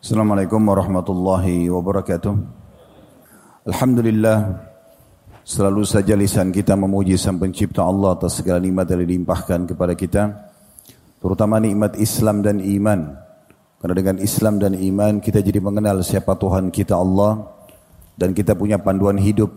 Assalamualaikum warahmatullahi wabarakatuh. Alhamdulillah, selalu saja lisan kita memuji Sang Pencipta Allah atas segala nikmat yang dilimpahkan kepada kita, terutama nikmat Islam dan iman. Karena dengan Islam dan iman kita jadi mengenal siapa Tuhan kita Allah, dan kita punya panduan hidup,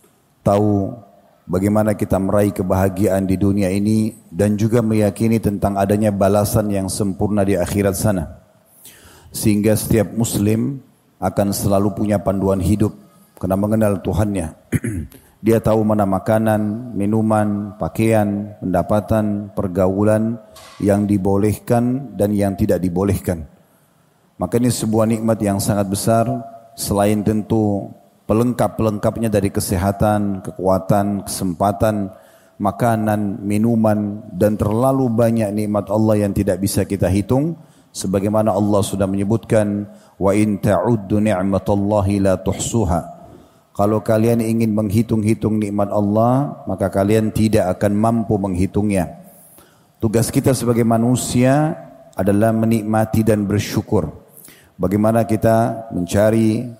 tahu bagaimana kita meraih kebahagiaan di dunia ini, dan juga meyakini tentang adanya balasan yang sempurna di akhirat sana. Sehingga setiap muslim akan selalu punya panduan hidup karena mengenal Tuhannya. Dia tahu mana makanan, minuman, pakaian, pendapatan, pergaulan yang dibolehkan dan yang tidak dibolehkan. Maka ini sebuah nikmat yang sangat besar, selain tentu pelengkap-pelengkapnya dari kesehatan, kekuatan, kesempatan, makanan, minuman, dan terlalu banyak nikmat Allah yang tidak bisa kita hitung. Sebagaimana Allah sudah menyebutkan, wa in ta'uddu ni'matallahi la tuhsuha. Kalau kalian ingin menghitung-hitung nikmat Allah, maka kalian tidak akan mampu menghitungnya. Tugas kita sebagai manusia adalah menikmati dan bersyukur. Bagaimana kita mencari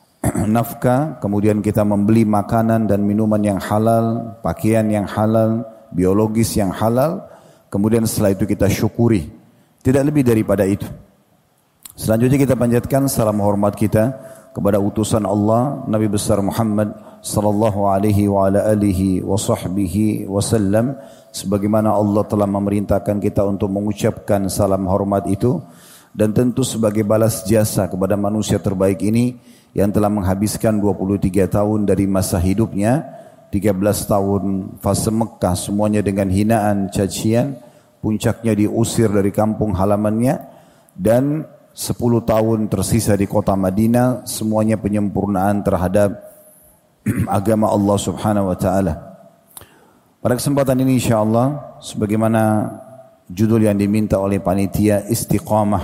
nafkah, kemudian kita membeli makanan dan minuman yang halal, pakaian yang halal, biologis yang halal, kemudian setelah itu kita syukuri. Tidak lebih daripada itu. Selanjutnya kita panjatkan salam hormat kita kepada utusan Allah Nabi besar Muhammad sallallahu alaihi wa ala alihi wa sahbihi wasallam, sebagaimana Allah telah memerintahkan kita untuk mengucapkan salam hormat itu, dan tentu sebagai balas jasa kepada manusia terbaik ini yang telah menghabiskan 23 tahun dari masa hidupnya, 13 tahun fase Mekah semuanya dengan hinaan, cacian, puncaknya diusir dari kampung halamannya, dan 10 tahun tersisa di kota Madinah, semuanya penyempurnaan terhadap agama Allah subhanahu wa ta'ala. Pada kesempatan ini insyaAllah, sebagaimana judul yang diminta oleh panitia, istiqamah.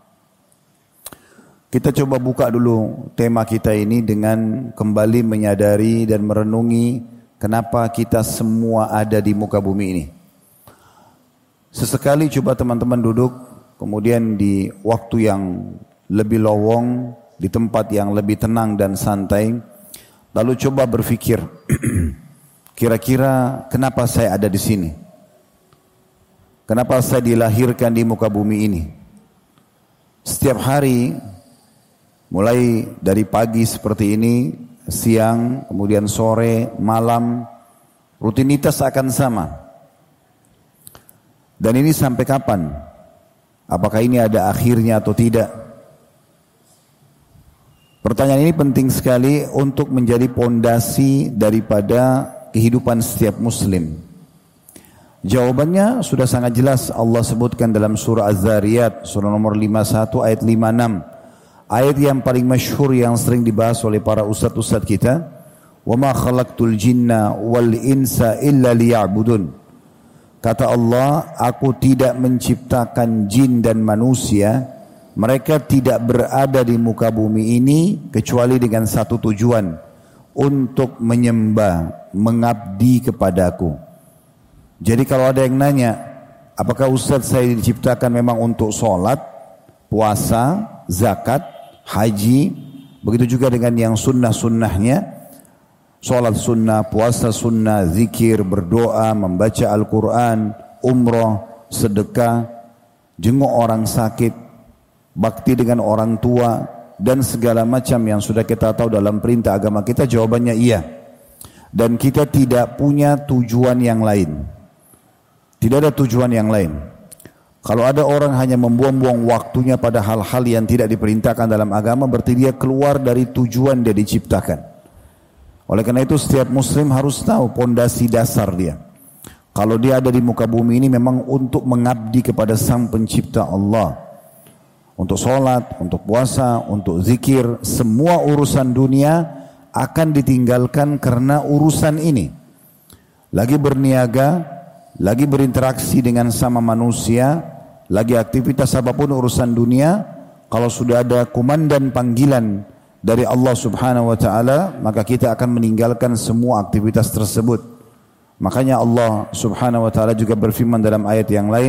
Kita coba buka dulu tema kita ini dengan kembali menyadari dan merenungi kenapa kita semua ada di muka bumi ini. Sesekali coba teman-teman duduk, kemudian di waktu yang lebih lowong, di tempat yang lebih tenang dan santai, lalu coba berpikir, kira-kira kenapa saya ada di sini? Kenapa saya dilahirkan di muka bumi ini? Setiap hari, mulai dari pagi seperti ini, siang, kemudian sore, malam, rutinitas akan sama. Dan ini sampai kapan? Apakah ini ada akhirnya atau tidak? Pertanyaan ini penting sekali untuk menjadi pondasi daripada kehidupan setiap muslim. Jawabannya sudah sangat jelas, Allah sebutkan dalam surah Az-Zariyat, surah nomor 51 ayat 56. Ayat yang paling masyhur yang sering dibahas oleh para ustadz-ustadz kita. Wa ma khalaqtul jinna wal insa illa liya'budun. Kata Allah, aku tidak menciptakan jin dan manusia, mereka tidak berada di muka bumi ini kecuali dengan satu tujuan, untuk menyembah, mengabdi kepadaku. Jadi kalau ada yang nanya, apakah Ustaz saya diciptakan memang untuk sholat, puasa, zakat, haji, begitu juga dengan yang sunnah-sunnahnya, sholat sunnah, puasa sunnah, zikir, berdoa, membaca Al-Quran, umrah, sedekah, jenguk orang sakit, bakti dengan orang tua, dan segala macam yang sudah kita tahu dalam perintah agama kita. Jawabannya iya. Dan kita tidak punya tujuan yang lain. Tidak ada tujuan yang lain. Kalau ada orang hanya membuang-buang waktunya pada hal-hal yang tidak diperintahkan dalam agama, berarti dia keluar dari tujuan dia diciptakan. Oleh karena itu setiap muslim harus tahu pondasi dasar dia. Kalau dia ada di muka bumi ini memang untuk mengabdi kepada Sang Pencipta Allah. Untuk sholat, untuk puasa, untuk zikir, semua urusan dunia akan ditinggalkan karena urusan ini. Lagi berniaga, lagi berinteraksi dengan sama manusia, lagi aktivitas apapun urusan dunia, kalau sudah ada komandan panggilan dari Allah subhanahu wa ta'ala, maka kita akan meninggalkan semua aktivitas tersebut. Makanya Allah subhanahu wa ta'ala juga berfirman dalam ayat yang lain,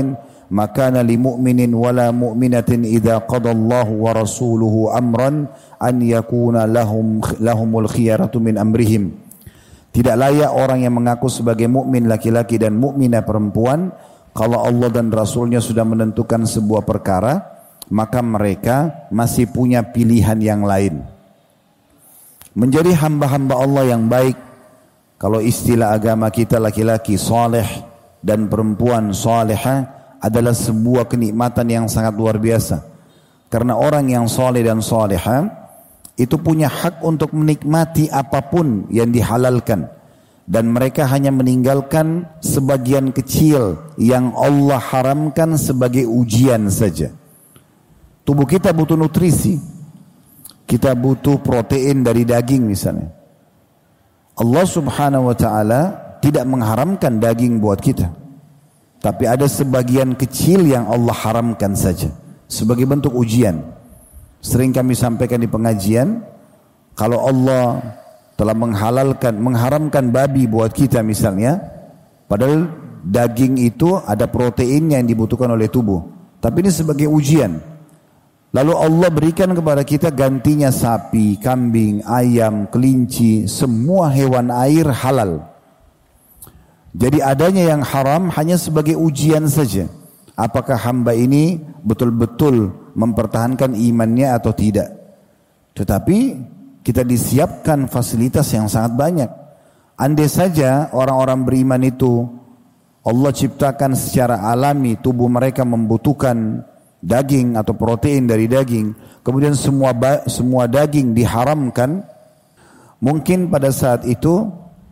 "Ma kana li mu'minin wala mu'minatin idza qadallahu wa rasuluhu amran an yakuna lahumul khiyaratu min amrihim." Tidak layak orang yang mengaku sebagai mukmin laki-laki dan mukminah perempuan kalau Allah dan Rasulnya sudah menentukan sebuah perkara, maka mereka masih punya pilihan yang lain. Menjadi hamba-hamba Allah yang baik, kalau istilah agama kita laki-laki saleh dan perempuan salehah adalah sebuah kenikmatan yang sangat luar biasa. Karena orang yang saleh dan salehah itu punya hak untuk menikmati apapun yang dihalalkan. Dan mereka hanya meninggalkan sebagian kecil yang Allah haramkan sebagai ujian saja. Tubuh kita butuh nutrisi. Kita butuh protein dari daging misalnya. Allah subhanahu wa ta'ala tidak mengharamkan daging buat kita. Tapi ada sebagian kecil yang Allah haramkan saja. Sebagai bentuk ujian. Sering kami sampaikan di pengajian. Kalau Allah telah mengharamkan babi buat kita misalnya. Padahal daging itu ada proteinnya yang dibutuhkan oleh tubuh. Tapi ini sebagai ujian. Lalu Allah berikan kepada kita gantinya sapi, kambing, ayam, kelinci. Semua hewan air halal. Jadi adanya yang haram hanya sebagai ujian saja. Apakah hamba ini betul-betul mempertahankan imannya atau tidak. Tetapi kita disiapkan fasilitas yang sangat banyak. Andai saja orang-orang beriman itu Allah ciptakan secara alami tubuh mereka membutuhkan daging atau protein dari daging. Kemudian semua daging diharamkan. Mungkin pada saat itu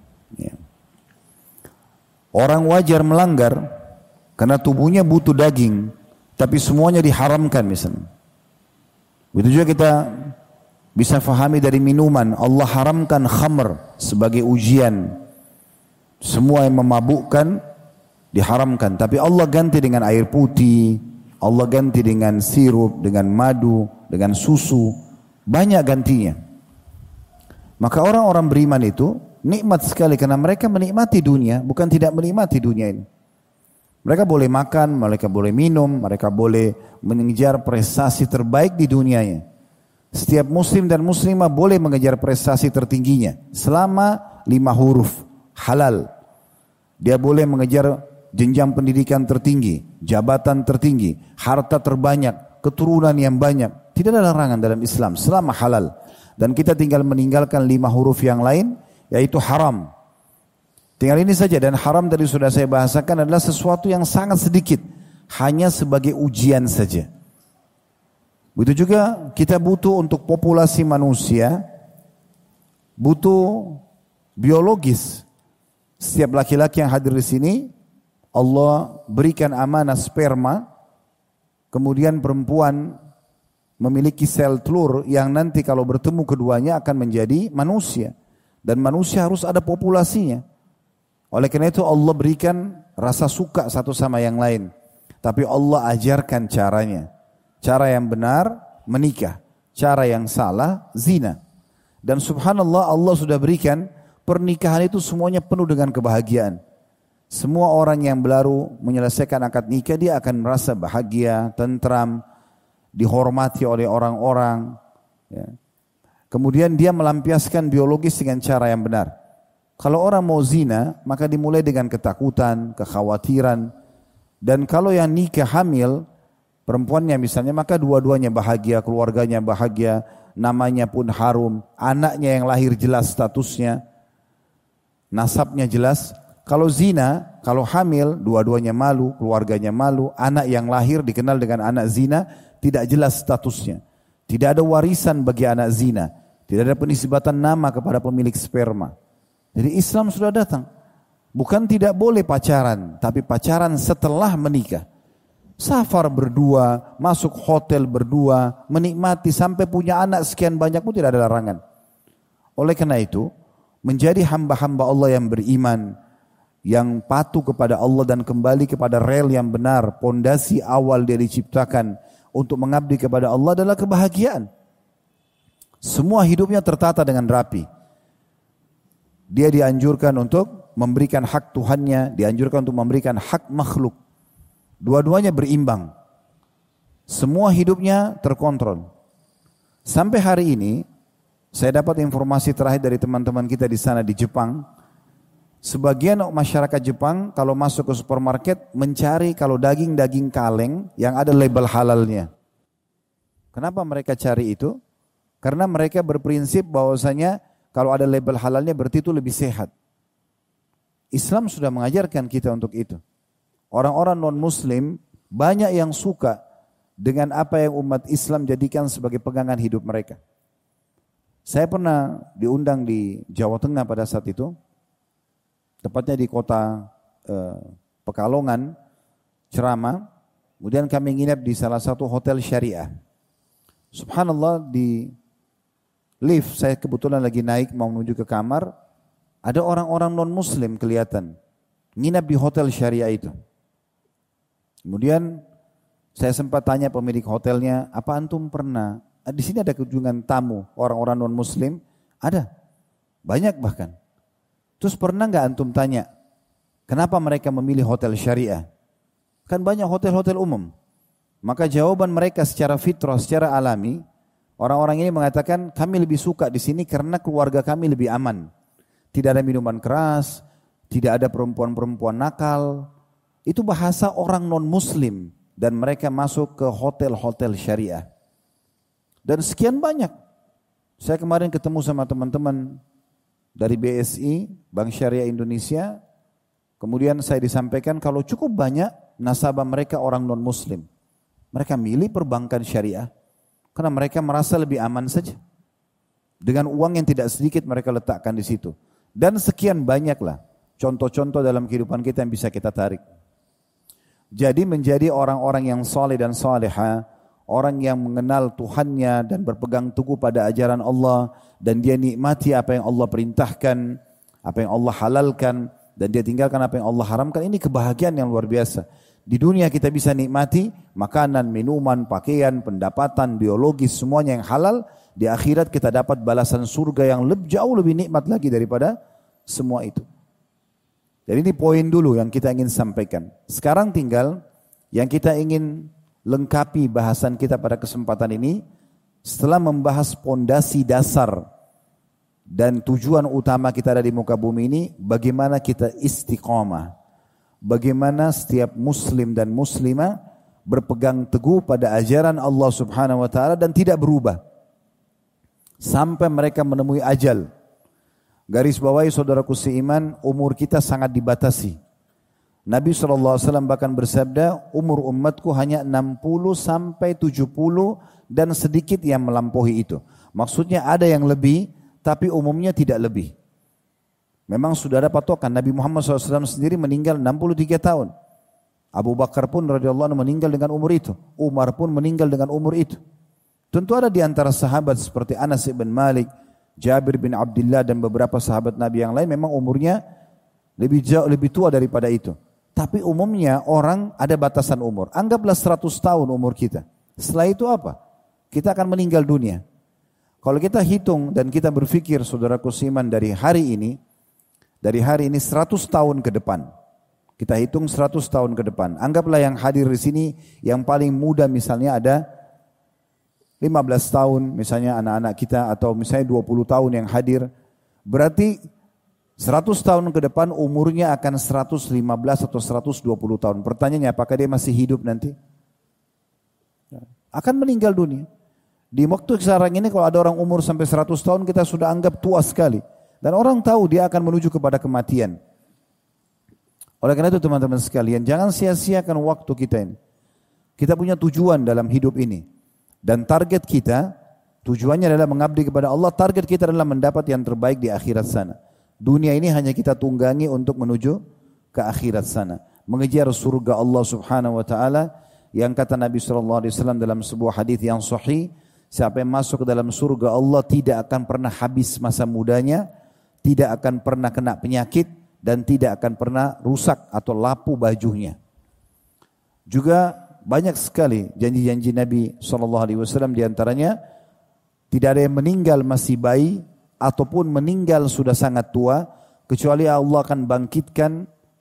orang wajar melanggar karena tubuhnya butuh daging, tapi semuanya diharamkan misalnya. Begitu juga kita bisa fahami dari minuman, Allah haramkan khamr sebagai ujian. Semua yang memabukkan diharamkan, tapi Allah ganti dengan air putih, Allah ganti dengan sirup, dengan madu, dengan susu, banyak gantinya. Maka orang-orang beriman itu nikmat sekali karena mereka menikmati dunia, bukan tidak menikmati dunia ini. Mereka boleh makan, mereka boleh minum, mereka boleh mengejar prestasi terbaik di dunianya. Setiap muslim dan muslimah boleh mengejar prestasi tertingginya selama 5 huruf halal. Dia boleh mengejar jenjang pendidikan tertinggi, jabatan tertinggi, harta terbanyak, keturunan yang banyak. Tidak ada larangan dalam Islam selama halal. Dan kita tinggal meninggalkan 5 huruf yang lain, yaitu haram. Tinggal ini saja, dan haram tadi sudah saya bahasakan adalah sesuatu yang sangat sedikit, hanya sebagai ujian saja. Begitu juga kita butuh untuk populasi manusia, butuh biologis. Setiap laki-laki yang hadir di sini, Allah berikan amanah sperma, kemudian perempuan memiliki sel telur yang nanti kalau bertemu keduanya akan menjadi manusia. Dan manusia harus ada populasinya. Oleh karena itu Allah berikan rasa suka satu sama yang lain. Tapi Allah ajarkan caranya. Cara yang benar menikah. Cara yang salah zina. Dan subhanallah Allah sudah berikan pernikahan itu semuanya penuh dengan kebahagiaan. Semua orang yang baru menyelesaikan akad nikah dia akan merasa bahagia, tentram, dihormati oleh orang-orang. Ya. Kemudian dia melampiaskan biologis dengan cara yang benar. Kalau orang mau zina, maka dimulai dengan ketakutan, kekhawatiran. Dan kalau yang nikah hamil, perempuannya misalnya, maka dua-duanya bahagia, keluarganya bahagia, namanya pun harum, anaknya yang lahir jelas statusnya, nasabnya jelas. Kalau zina, kalau hamil, dua-duanya malu, keluarganya malu, anak yang lahir dikenal dengan anak zina, tidak jelas statusnya. Tidak ada warisan bagi anak zina. Tidak ada penisbatan nama kepada pemilik sperma. Jadi Islam sudah datang. Bukan tidak boleh pacaran, tapi pacaran setelah menikah. Safar berdua, masuk hotel berdua, menikmati sampai punya anak sekian banyak pun tidak ada larangan. Oleh karena itu, menjadi hamba-hamba Allah yang beriman, yang patuh kepada Allah dan kembali kepada rel yang benar, pondasi awal dia diciptakan untuk mengabdi kepada Allah adalah kebahagiaan. Semua hidupnya tertata dengan rapi. Dia dianjurkan untuk memberikan hak Tuhannya, dianjurkan untuk memberikan hak makhluk. Dua-duanya berimbang. Semua hidupnya terkontrol. Sampai hari ini, saya dapat informasi terakhir dari teman-teman kita di sana di Jepang. Sebagian masyarakat Jepang kalau masuk ke supermarket mencari kalau daging-daging kaleng yang ada label halalnya. Kenapa mereka cari itu? Karena mereka berprinsip bahwasanya kalau ada label halalnya berarti itu lebih sehat. Islam sudah mengajarkan kita untuk itu. Orang-orang non-muslim banyak yang suka dengan apa yang umat Islam jadikan sebagai pegangan hidup mereka. Saya pernah diundang di Jawa Tengah pada saat itu, tepatnya di kota Pekalongan, ceramah. Kemudian kami nginap di salah satu hotel syariah. Subhanallah, di lift saya kebetulan lagi naik mau menuju ke kamar, ada orang-orang non-muslim kelihatan nginap di hotel syariah itu. Kemudian saya sempat tanya pemilik hotelnya, apa antum pernah, di sini ada kunjungan tamu orang-orang non-muslim? Ada, banyak bahkan. Terus pernah nggak antum tanya, kenapa mereka memilih hotel syariah? Kan banyak hotel-hotel umum. Maka jawaban mereka secara fitrah, secara alami, orang-orang ini mengatakan kami lebih suka di sini karena keluarga kami lebih aman. Tidak ada minuman keras, tidak ada perempuan-perempuan nakal. Itu bahasa orang non-muslim dan mereka masuk ke hotel-hotel syariah. Dan sekian banyak. Saya kemarin ketemu sama teman-teman dari BSI, Bank Syariah Indonesia. Kemudian saya disampaikan kalau cukup banyak nasabah mereka orang non-muslim. Mereka milih perbankan syariah karena mereka merasa lebih aman saja. Dengan uang yang tidak sedikit mereka letakkan di situ. Dan sekian banyaklah contoh-contoh dalam kehidupan kita yang bisa kita tarik. Jadi menjadi orang-orang yang saleh dan saleha, orang yang mengenal Tuhannya dan berpegang teguh pada ajaran Allah dan dia nikmati apa yang Allah perintahkan, apa yang Allah halalkan dan dia tinggalkan apa yang Allah haramkan, ini kebahagiaan yang luar biasa. Di dunia kita bisa nikmati makanan, minuman, pakaian, pendapatan, biologis, semuanya yang halal. Di akhirat kita dapat balasan surga yang jauh lebih nikmat lagi daripada semua itu. Jadi ini poin dulu yang kita ingin sampaikan. Sekarang tinggal yang kita ingin lengkapi bahasan kita pada kesempatan ini. Setelah membahas pondasi dasar dan tujuan utama kita ada di muka bumi ini, bagaimana kita istiqamah. Bagaimana setiap muslim dan muslimah berpegang teguh pada ajaran Allah Subhanahu wa taala dan tidak berubah sampai mereka menemui ajal. Garis bawahi saudaraku seiman, umur kita sangat dibatasi. Nabi SAW bahkan bersabda, umur umatku hanya 60 sampai 70 dan sedikit yang melampaui itu. Maksudnya ada yang lebih, tapi umumnya tidak lebih. Memang sudah ada patokan, Nabi Muhammad SAW sendiri meninggal 63 tahun. Abu Bakar pun radhiyallahu anhu meninggal dengan umur itu. Umar pun meninggal dengan umur itu. Tentu ada di antara sahabat seperti Anas bin Malik, Jabir bin Abdullah dan beberapa sahabat Nabi yang lain memang umurnya lebih tua daripada itu. Tapi umumnya orang ada batasan umur. Anggaplah 100 tahun umur kita. Setelah itu apa? Kita akan meninggal dunia. Kalau kita hitung dan kita berpikir saudaraku seiman dari hari ini 100 tahun ke depan. Kita hitung 100 tahun ke depan. Anggaplah yang hadir di sini yang paling muda misalnya ada 15 tahun misalnya anak-anak kita atau misalnya 20 tahun yang hadir. Berarti 100 tahun ke depan umurnya akan 115 atau 120 tahun. Pertanyaannya apakah dia masih hidup nanti? Akan meninggal dunia. Di waktu sekarang ini kalau ada orang umur sampai 100 tahun kita sudah anggap tua sekali. Dan orang tahu dia akan menuju kepada kematian. Oleh karena itu teman-teman sekalian, jangan sia-siakan waktu kita ini. Kita punya tujuan dalam hidup ini. Dan target kita, tujuannya adalah mengabdi kepada Allah. Target kita adalah mendapat yang terbaik di akhirat sana. Dunia ini hanya kita tunggangi untuk menuju ke akhirat sana. Mengejar surga Allah Subhanahu wa taala yang kata Nabi sallallahu alaihi wasallam dalam sebuah hadis yang sahih, siapa yang masuk ke dalam surga Allah tidak akan pernah habis masa mudanya, tidak akan pernah kena penyakit dan tidak akan pernah rusak atau lapu bajunya. Juga banyak sekali janji-janji Nabi SAW diantaranya tidak ada yang meninggal masih bayi ataupun meninggal sudah sangat tua kecuali Allah akan bangkitkan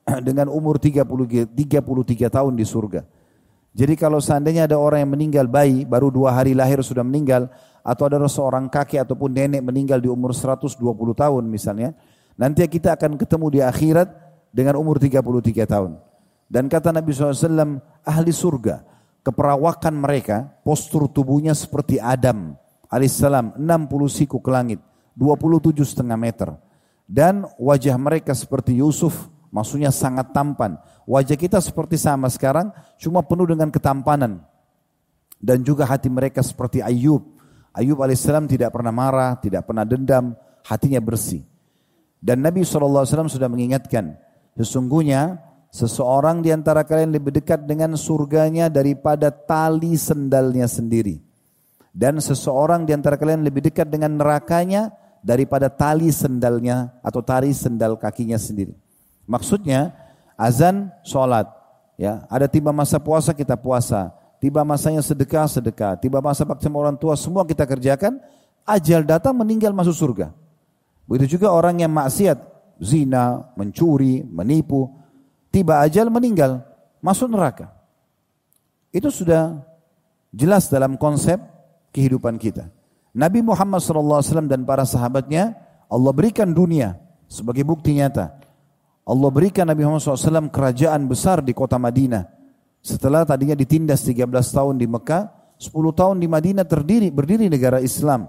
dengan umur 33 tahun di surga. Jadi kalau seandainya ada orang yang meninggal bayi, baru 2 hari lahir sudah meninggal, atau ada seorang kakek ataupun nenek meninggal di umur 120 tahun misalnya, nanti kita akan ketemu di akhirat dengan umur 33 tahun. Dan kata Nabi SAW, ahli surga, keperawakan mereka, postur tubuhnya seperti Adam alaihissalam, 60 siku ke langit, 27,5 meter. Dan wajah mereka seperti Yusuf, maksudnya sangat tampan. Wajah kita seperti sama sekarang, cuma penuh dengan ketampanan. Dan juga hati mereka seperti Ayub. Ayub alaihissalam tidak pernah marah, tidak pernah dendam, hatinya bersih. Dan Nabi SAW sudah mengingatkan, sesungguhnya seseorang di antara kalian lebih dekat dengan surganya daripada tali sendalnya sendiri. Dan seseorang di antara kalian lebih dekat dengan nerakanya daripada tali sendalnya atau tali sendal kakinya sendiri. Maksudnya azan sholat, ya, ada tiba masa puasa kita puasa, tiba masanya sedekah, tiba masa bakti sama orang tua, semua kita kerjakan, ajal datang meninggal masuk surga. Begitu juga orang yang maksiat, zina, mencuri, menipu, tiba ajal meninggal, masuk neraka. Itu sudah jelas dalam konsep kehidupan kita. Nabi Muhammad SAW dan para sahabatnya, Allah berikan dunia sebagai bukti nyata. Allah berikan Nabi Muhammad SAW kerajaan besar di kota Madinah. Setelah tadinya ditindas 13 tahun di Mekah, 10 tahun di Madinah berdiri negara Islam.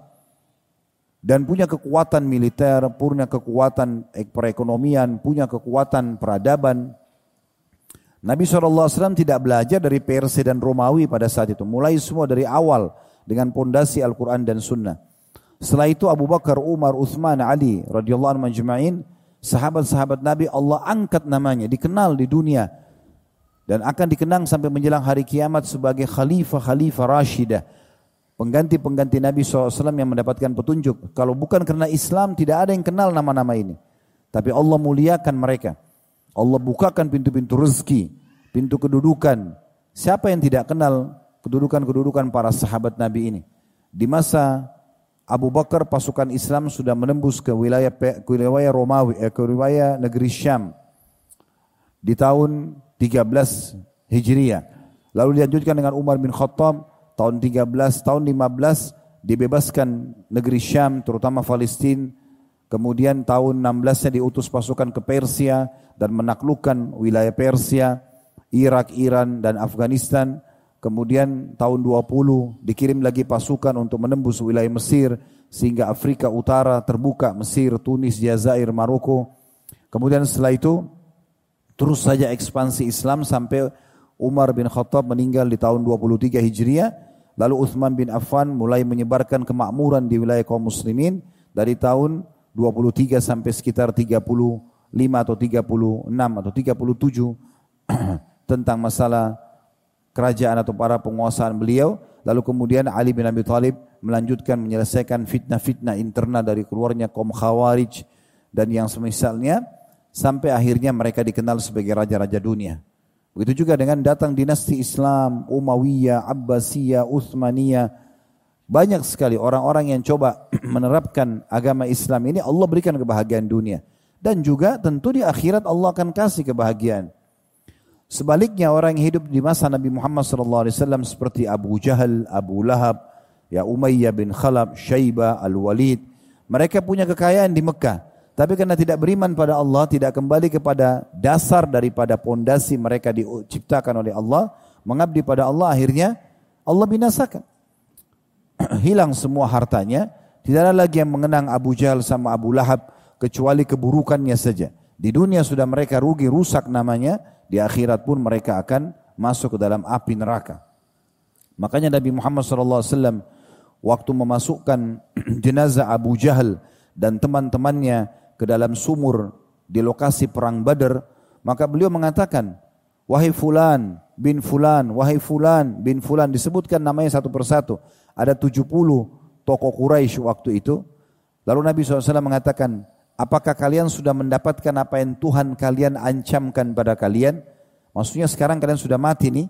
Dan punya kekuatan militer, punya kekuatan perekonomian, punya kekuatan peradaban. Nabi SAW tidak belajar dari Persia dan Romawi pada saat itu. Mulai semua dari awal dengan pondasi Al-Quran dan Sunnah. Setelah itu Abu Bakar, Umar, Uthman, Ali radhiyallahu anhum majma'in, sahabat-sahabat Nabi Allah angkat namanya, dikenal di dunia. Dan akan dikenang sampai menjelang hari kiamat sebagai khalifah-khalifah Rashidah. Pengganti-pengganti Nabi SAW yang mendapatkan petunjuk. Kalau bukan karena Islam tidak ada yang kenal nama-nama ini. Tapi Allah muliakan mereka. Allah bukakan pintu-pintu rezeki, pintu kedudukan. Siapa yang tidak kenal kedudukan-kedudukan para sahabat Nabi ini? Di masa Abu Bakar pasukan Islam sudah menembus ke wilayah Romawi, ke wilayah negeri Syam di tahun 13 Hijriah. Lalu dilanjutkan dengan Umar bin Khattab tahun 13, tahun 15 dibebaskan negeri Syam terutama Palestina. Kemudian tahun 16-nya diutus pasukan ke Persia dan menaklukkan wilayah Persia, Irak, Iran dan Afghanistan. Kemudian tahun 20 dikirim lagi pasukan untuk menembus wilayah Mesir sehingga Afrika Utara terbuka, Mesir, Tunis, Jazair, Maroko. Kemudian setelah itu terus saja ekspansi Islam sampai Umar bin Khattab meninggal di tahun 23 Hijriah. Lalu Uthman bin Affan mulai menyebarkan kemakmuran di wilayah kaum muslimin dari tahun 23 sampai sekitar 35 atau 36 atau 37 tentang masalah kerajaan atau para penguasaan beliau. Lalu kemudian Ali bin Abi Thalib melanjutkan menyelesaikan fitnah-fitnah internal dari keluarnya kaum Khawarij dan yang semisalnya sampai akhirnya mereka dikenal sebagai raja-raja dunia. Begitu juga dengan datang dinasti Islam, Umayyah, Abbasiyah, Utsmaniyah. Banyak sekali orang-orang yang coba menerapkan agama Islam ini, Allah berikan kebahagiaan dunia. Dan juga tentu di akhirat Allah akan kasih kebahagiaan. Sebaliknya orang yang hidup di masa Nabi Muhammad SAW seperti Abu Jahal, Abu Lahab, ya Umayyah bin Khalaf, Syaibah, Al-Walid. Mereka punya kekayaan di Mekah. Tapi karena tidak beriman pada Allah, tidak kembali kepada dasar daripada pondasi mereka diciptakan oleh Allah, mengabdi pada Allah, akhirnya Allah binasakan. Hilang semua hartanya, tidak ada lagi yang mengenang Abu Jahal sama Abu Lahab kecuali keburukannya saja. Di dunia sudah mereka rugi, rusak namanya, di akhirat pun mereka akan masuk ke dalam api neraka. Makanya Nabi Muhammad SAW waktu memasukkan jenazah Abu Jahal dan teman-temannya ke dalam sumur di lokasi perang Badar, maka beliau mengatakan, wahai fulan bin fulan, wahai fulan bin fulan, disebutkan namanya satu persatu. Ada 70 tokoh Quraisy waktu itu. Lalu Nabi SAW mengatakan, apakah kalian sudah mendapatkan apa yang Tuhan kalian ancamkan pada kalian? Maksudnya sekarang kalian sudah mati nih,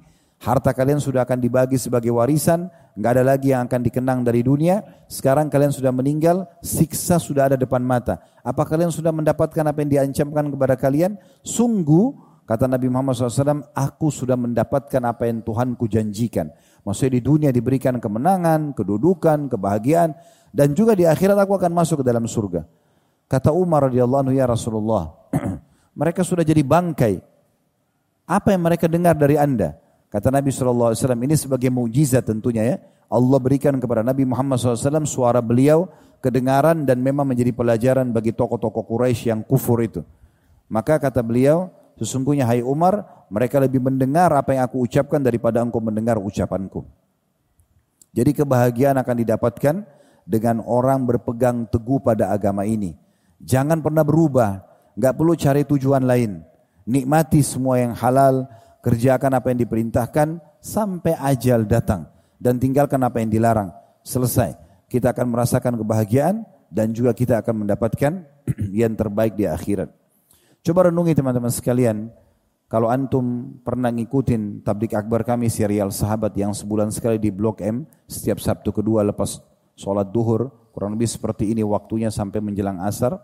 Harta kalian sudah akan dibagi sebagai warisan, nggak ada lagi yang akan dikenang dari dunia. Sekarang kalian sudah meninggal, siksa sudah ada depan mata. Apa kalian sudah mendapatkan apa yang diancamkan kepada kalian? Sungguh, kata Nabi Muhammad SAW, aku sudah mendapatkan apa yang Tuhanku janjikan. Maksudnya di dunia diberikan kemenangan, kedudukan, kebahagiaan, dan juga di akhirat aku akan masuk ke dalam surga. Kata Umar radhiyallahu anhu, ya Rasulullah, mereka sudah jadi bangkai. Apa yang mereka dengar dari Anda? Kata Nabi SAW, ini sebagai mukjizat tentunya ya. Allah berikan kepada Nabi Muhammad SAW suara beliau, kedengaran dan memang menjadi pelajaran bagi tokoh-tokoh Quraisy yang kufur itu. Maka kata beliau, sesungguhnya hai Umar, mereka lebih mendengar apa yang aku ucapkan daripada engkau mendengar ucapanku. Jadi kebahagiaan akan didapatkan dengan orang berpegang teguh pada agama ini. Jangan pernah berubah, nggak perlu cari tujuan lain. Nikmati semua yang halal, kerjakan apa yang diperintahkan sampai ajal datang dan tinggalkan apa yang dilarang. Selesai. Kita akan merasakan kebahagiaan dan juga kita akan mendapatkan yang terbaik di akhirat. Coba renungi teman-teman sekalian, kalau antum pernah ngikutin tablik akbar kami serial Sahabat yang sebulan sekali di Blok M, setiap Sabtu kedua lepas sholat duhur, kurang lebih seperti ini waktunya sampai menjelang asar.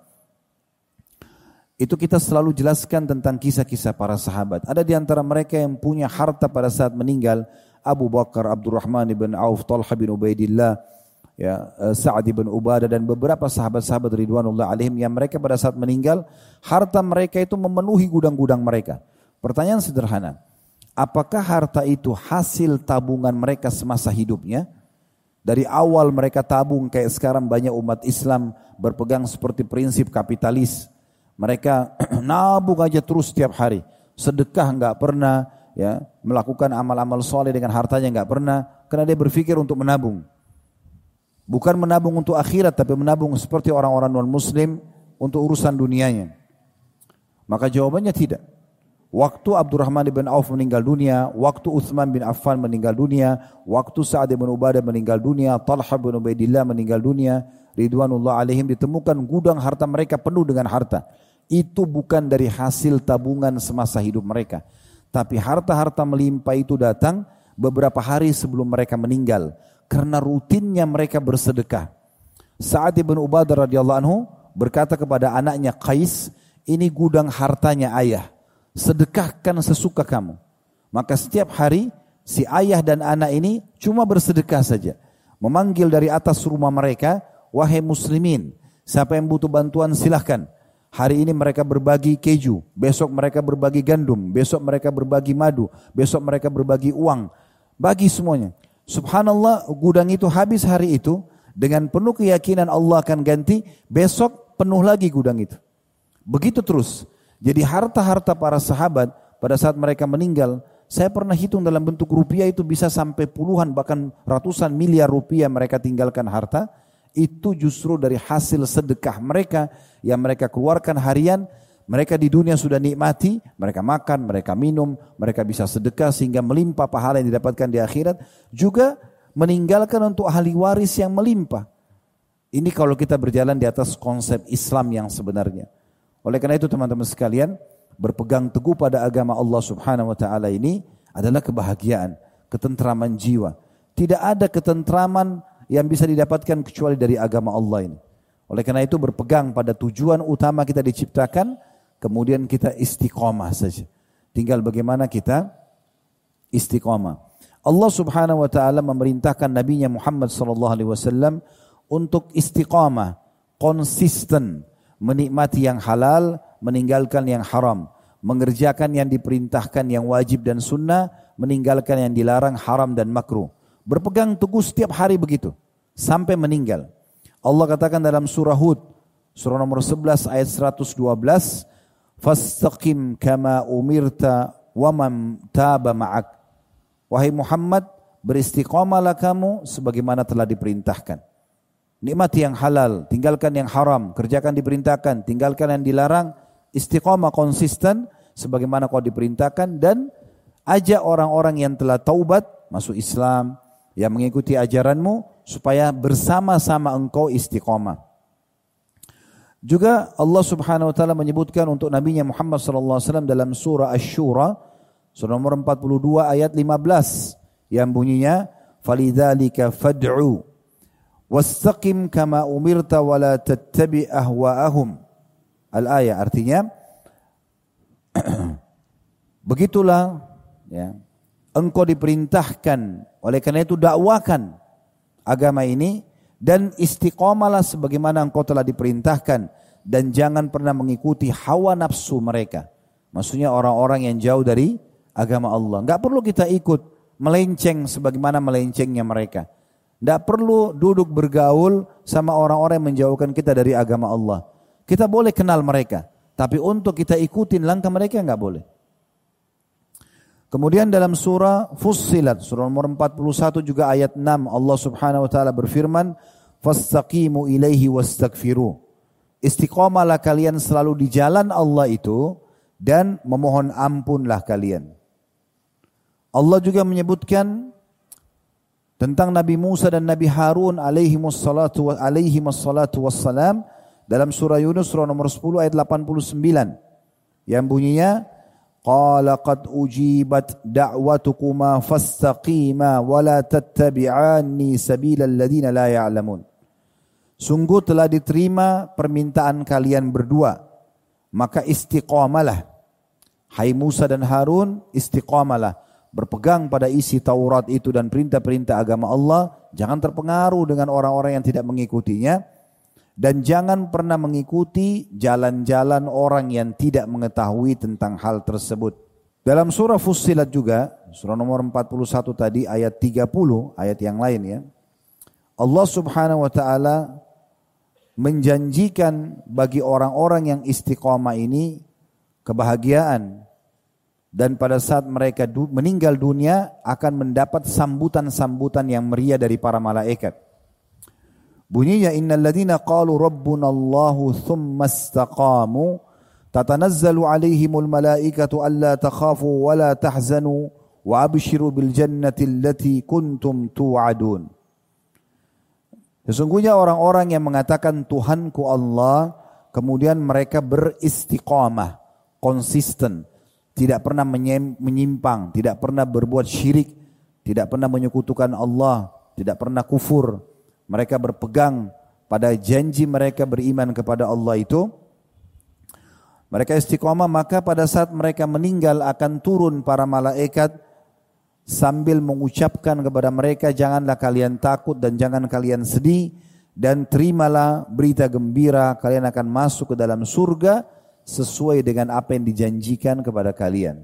Itu kita selalu jelaskan tentang kisah-kisah para sahabat. Ada di antara mereka yang punya harta pada saat meninggal. Abu Bakar, Abdurrahman ibn Auf, Talha bin Ubaidillah, ya, Sa'ad ibn Ubadah dan beberapa sahabat-sahabat ridwanullah alaihim yang mereka pada saat meninggal, harta mereka itu memenuhi gudang-gudang mereka. Pertanyaan sederhana, apakah harta itu hasil tabungan mereka semasa hidupnya? Dari awal mereka tabung kayak sekarang banyak umat Islam berpegang seperti prinsip kapitalis. Mereka nabung aja terus setiap hari. Sedekah enggak pernah, ya, melakukan amal-amal soleh dengan hartanya enggak pernah, karena dia berpikir untuk menabung. Bukan menabung untuk akhirat, tapi menabung seperti orang-orang non-muslim untuk urusan dunianya. Maka jawabannya tidak. Waktu Abdurrahman bin Auf meninggal dunia, waktu Utsman bin Affan meninggal dunia, waktu Sa'ad bin Ubadah meninggal dunia, Talha bin Ubaidillah meninggal dunia, ridwanullah alaihim, ditemukan gudang harta mereka penuh dengan harta. Itu bukan dari hasil tabungan semasa hidup mereka. Tapi harta-harta melimpah itu datang beberapa hari sebelum mereka meninggal. Karena rutinnya mereka bersedekah. Sa'ad bin Ubadah radhiyallahu anhu berkata kepada anaknya Qais, ini gudang hartanya ayah. Sedekahkan sesuka kamu. Maka setiap hari si ayah dan anak ini cuma bersedekah saja. Memanggil dari atas rumah mereka, wahai muslimin, siapa yang butuh bantuan silahkan. Hari ini mereka berbagi keju, besok mereka berbagi gandum, besok mereka berbagi madu, besok mereka berbagi uang. Bagi semuanya. Subhanallah, gudang itu habis hari itu, dengan penuh keyakinan Allah akan ganti, besok penuh lagi gudang itu. Begitu terus. Jadi harta-harta para sahabat pada saat mereka meninggal, saya pernah hitung dalam bentuk rupiah itu bisa sampai puluhan bahkan ratusan miliar rupiah mereka tinggalkan harta. Itu justru dari hasil sedekah mereka yang mereka keluarkan harian. Mereka di dunia sudah nikmati, mereka makan, mereka minum, mereka bisa sedekah sehingga melimpah pahala yang didapatkan di akhirat. Juga meninggalkan untuk ahli waris yang melimpah. Ini kalau kita berjalan di atas konsep Islam yang sebenarnya. Oleh karena itu teman-teman sekalian, berpegang teguh pada agama Allah Subhanahu wa taala ini adalah kebahagiaan, ketentraman jiwa. Tidak ada ketentraman yang bisa didapatkan kecuali dari agama Allah ini. Oleh karena itu berpegang pada tujuan utama kita diciptakan, kemudian kita istiqomah saja. Tinggal bagaimana kita istiqomah. Allah Subhanahu wa taala memerintahkan Nabi-Nya Muhammad sallallahu alaihi wasallam untuk istiqomah, konsisten, menikmati yang halal, meninggalkan yang haram, mengerjakan yang diperintahkan yang wajib dan sunnah, meninggalkan yang dilarang haram dan makruh. Berpegang teguh setiap hari begitu sampai meninggal. Allah katakan dalam surah Hud, surah nomor 11 ayat 112, "Fastaqim kama umirta wa man taba ma'ak." Wahai Muhammad, beristiqamalah kamu sebagaimana telah diperintahkan. Nikmati yang halal, tinggalkan yang haram, kerjakan diperintahkan, tinggalkan yang dilarang, istiqamah konsisten sebagaimana kau diperintahkan dan ajak orang-orang yang telah taubat masuk Islam, yang mengikuti ajaranmu supaya bersama-sama engkau istiqamah. Juga Allah Subhanahu wa taala menyebutkan untuk Nabi-Nya Muhammad sallallahu alaihi wasallam dalam surah Asy-Syura Surah nomor 42 ayat 15 yang bunyinya falidzalika fad'u wastaqim kama umirta wa la tattabi' ahwa'ahum. Al-ayah artinya begitulah ya, engkau diperintahkan, oleh karena itu dakwakan agama ini dan istiqomalah sebagaimana engkau telah diperintahkan dan jangan pernah mengikuti hawa nafsu mereka. Maksudnya orang-orang yang jauh dari agama Allah. Enggak perlu kita ikut melenceng sebagaimana melencengnya mereka. Enggak perlu duduk bergaul sama orang-orang yang menjauhkan kita dari agama Allah. Kita boleh kenal mereka, tapi untuk kita ikutin langkah mereka enggak boleh. Kemudian dalam surah Fussilat, surah nomor 41 juga ayat 6, Allah Subhanahu wa taala berfirman, "Fastaqimu ilaihi wastaghfiru." Istiqamalah kalian selalu di jalan Allah itu dan memohon ampunlah kalian. Allah juga menyebutkan tentang Nabi Musa dan Nabi Harun alaihimussalatu wassalam dalam surah Yunus surah nomor 10 ayat 89 yang bunyinya qala qad ujibat da'watukuma fastaqima wa la tattabi'anni sabilal ladzina la ya'lamun. Sungguh telah diterima permintaan kalian berdua, maka istiqamalah. Hai Musa dan Harun, istiqamalah, berpegang pada isi Taurat itu dan perintah-perintah agama Allah, jangan terpengaruh dengan orang-orang yang tidak mengikutinya, dan jangan pernah mengikuti jalan-jalan orang yang tidak mengetahui tentang hal tersebut. Dalam surah Fussilat juga, surah nomor 41 tadi ayat 30, ayat yang lain ya. Allah Subhanahu wa taala menjanjikan bagi orang-orang yang istiqamah ini kebahagiaan, dan pada saat mereka meninggal dunia akan mendapat sambutan-sambutan yang meriah dari para malaikat. Bunyinya innal ladzina qalu rabbunallahu tsumma istaqamu tatanazzalu alaihimul malaikatu alla takhafu wa la tahzanu wa abshiru bil jannati allati kuntum tu'adun. Sesungguhnya orang-orang yang mengatakan Tuhanku Allah, kemudian mereka beristiqamah, konsisten, tidak pernah menyimpang, tidak pernah berbuat syirik, tidak pernah menyekutukan Allah, tidak pernah kufur. Mereka berpegang pada janji mereka beriman kepada Allah itu. Mereka istiqamah, maka pada saat mereka meninggal akan turun para malaikat sambil mengucapkan kepada mereka, janganlah kalian takut dan jangan kalian sedih, dan terimalah berita gembira, kalian akan masuk ke dalam surga sesuai dengan apa yang dijanjikan kepada kalian.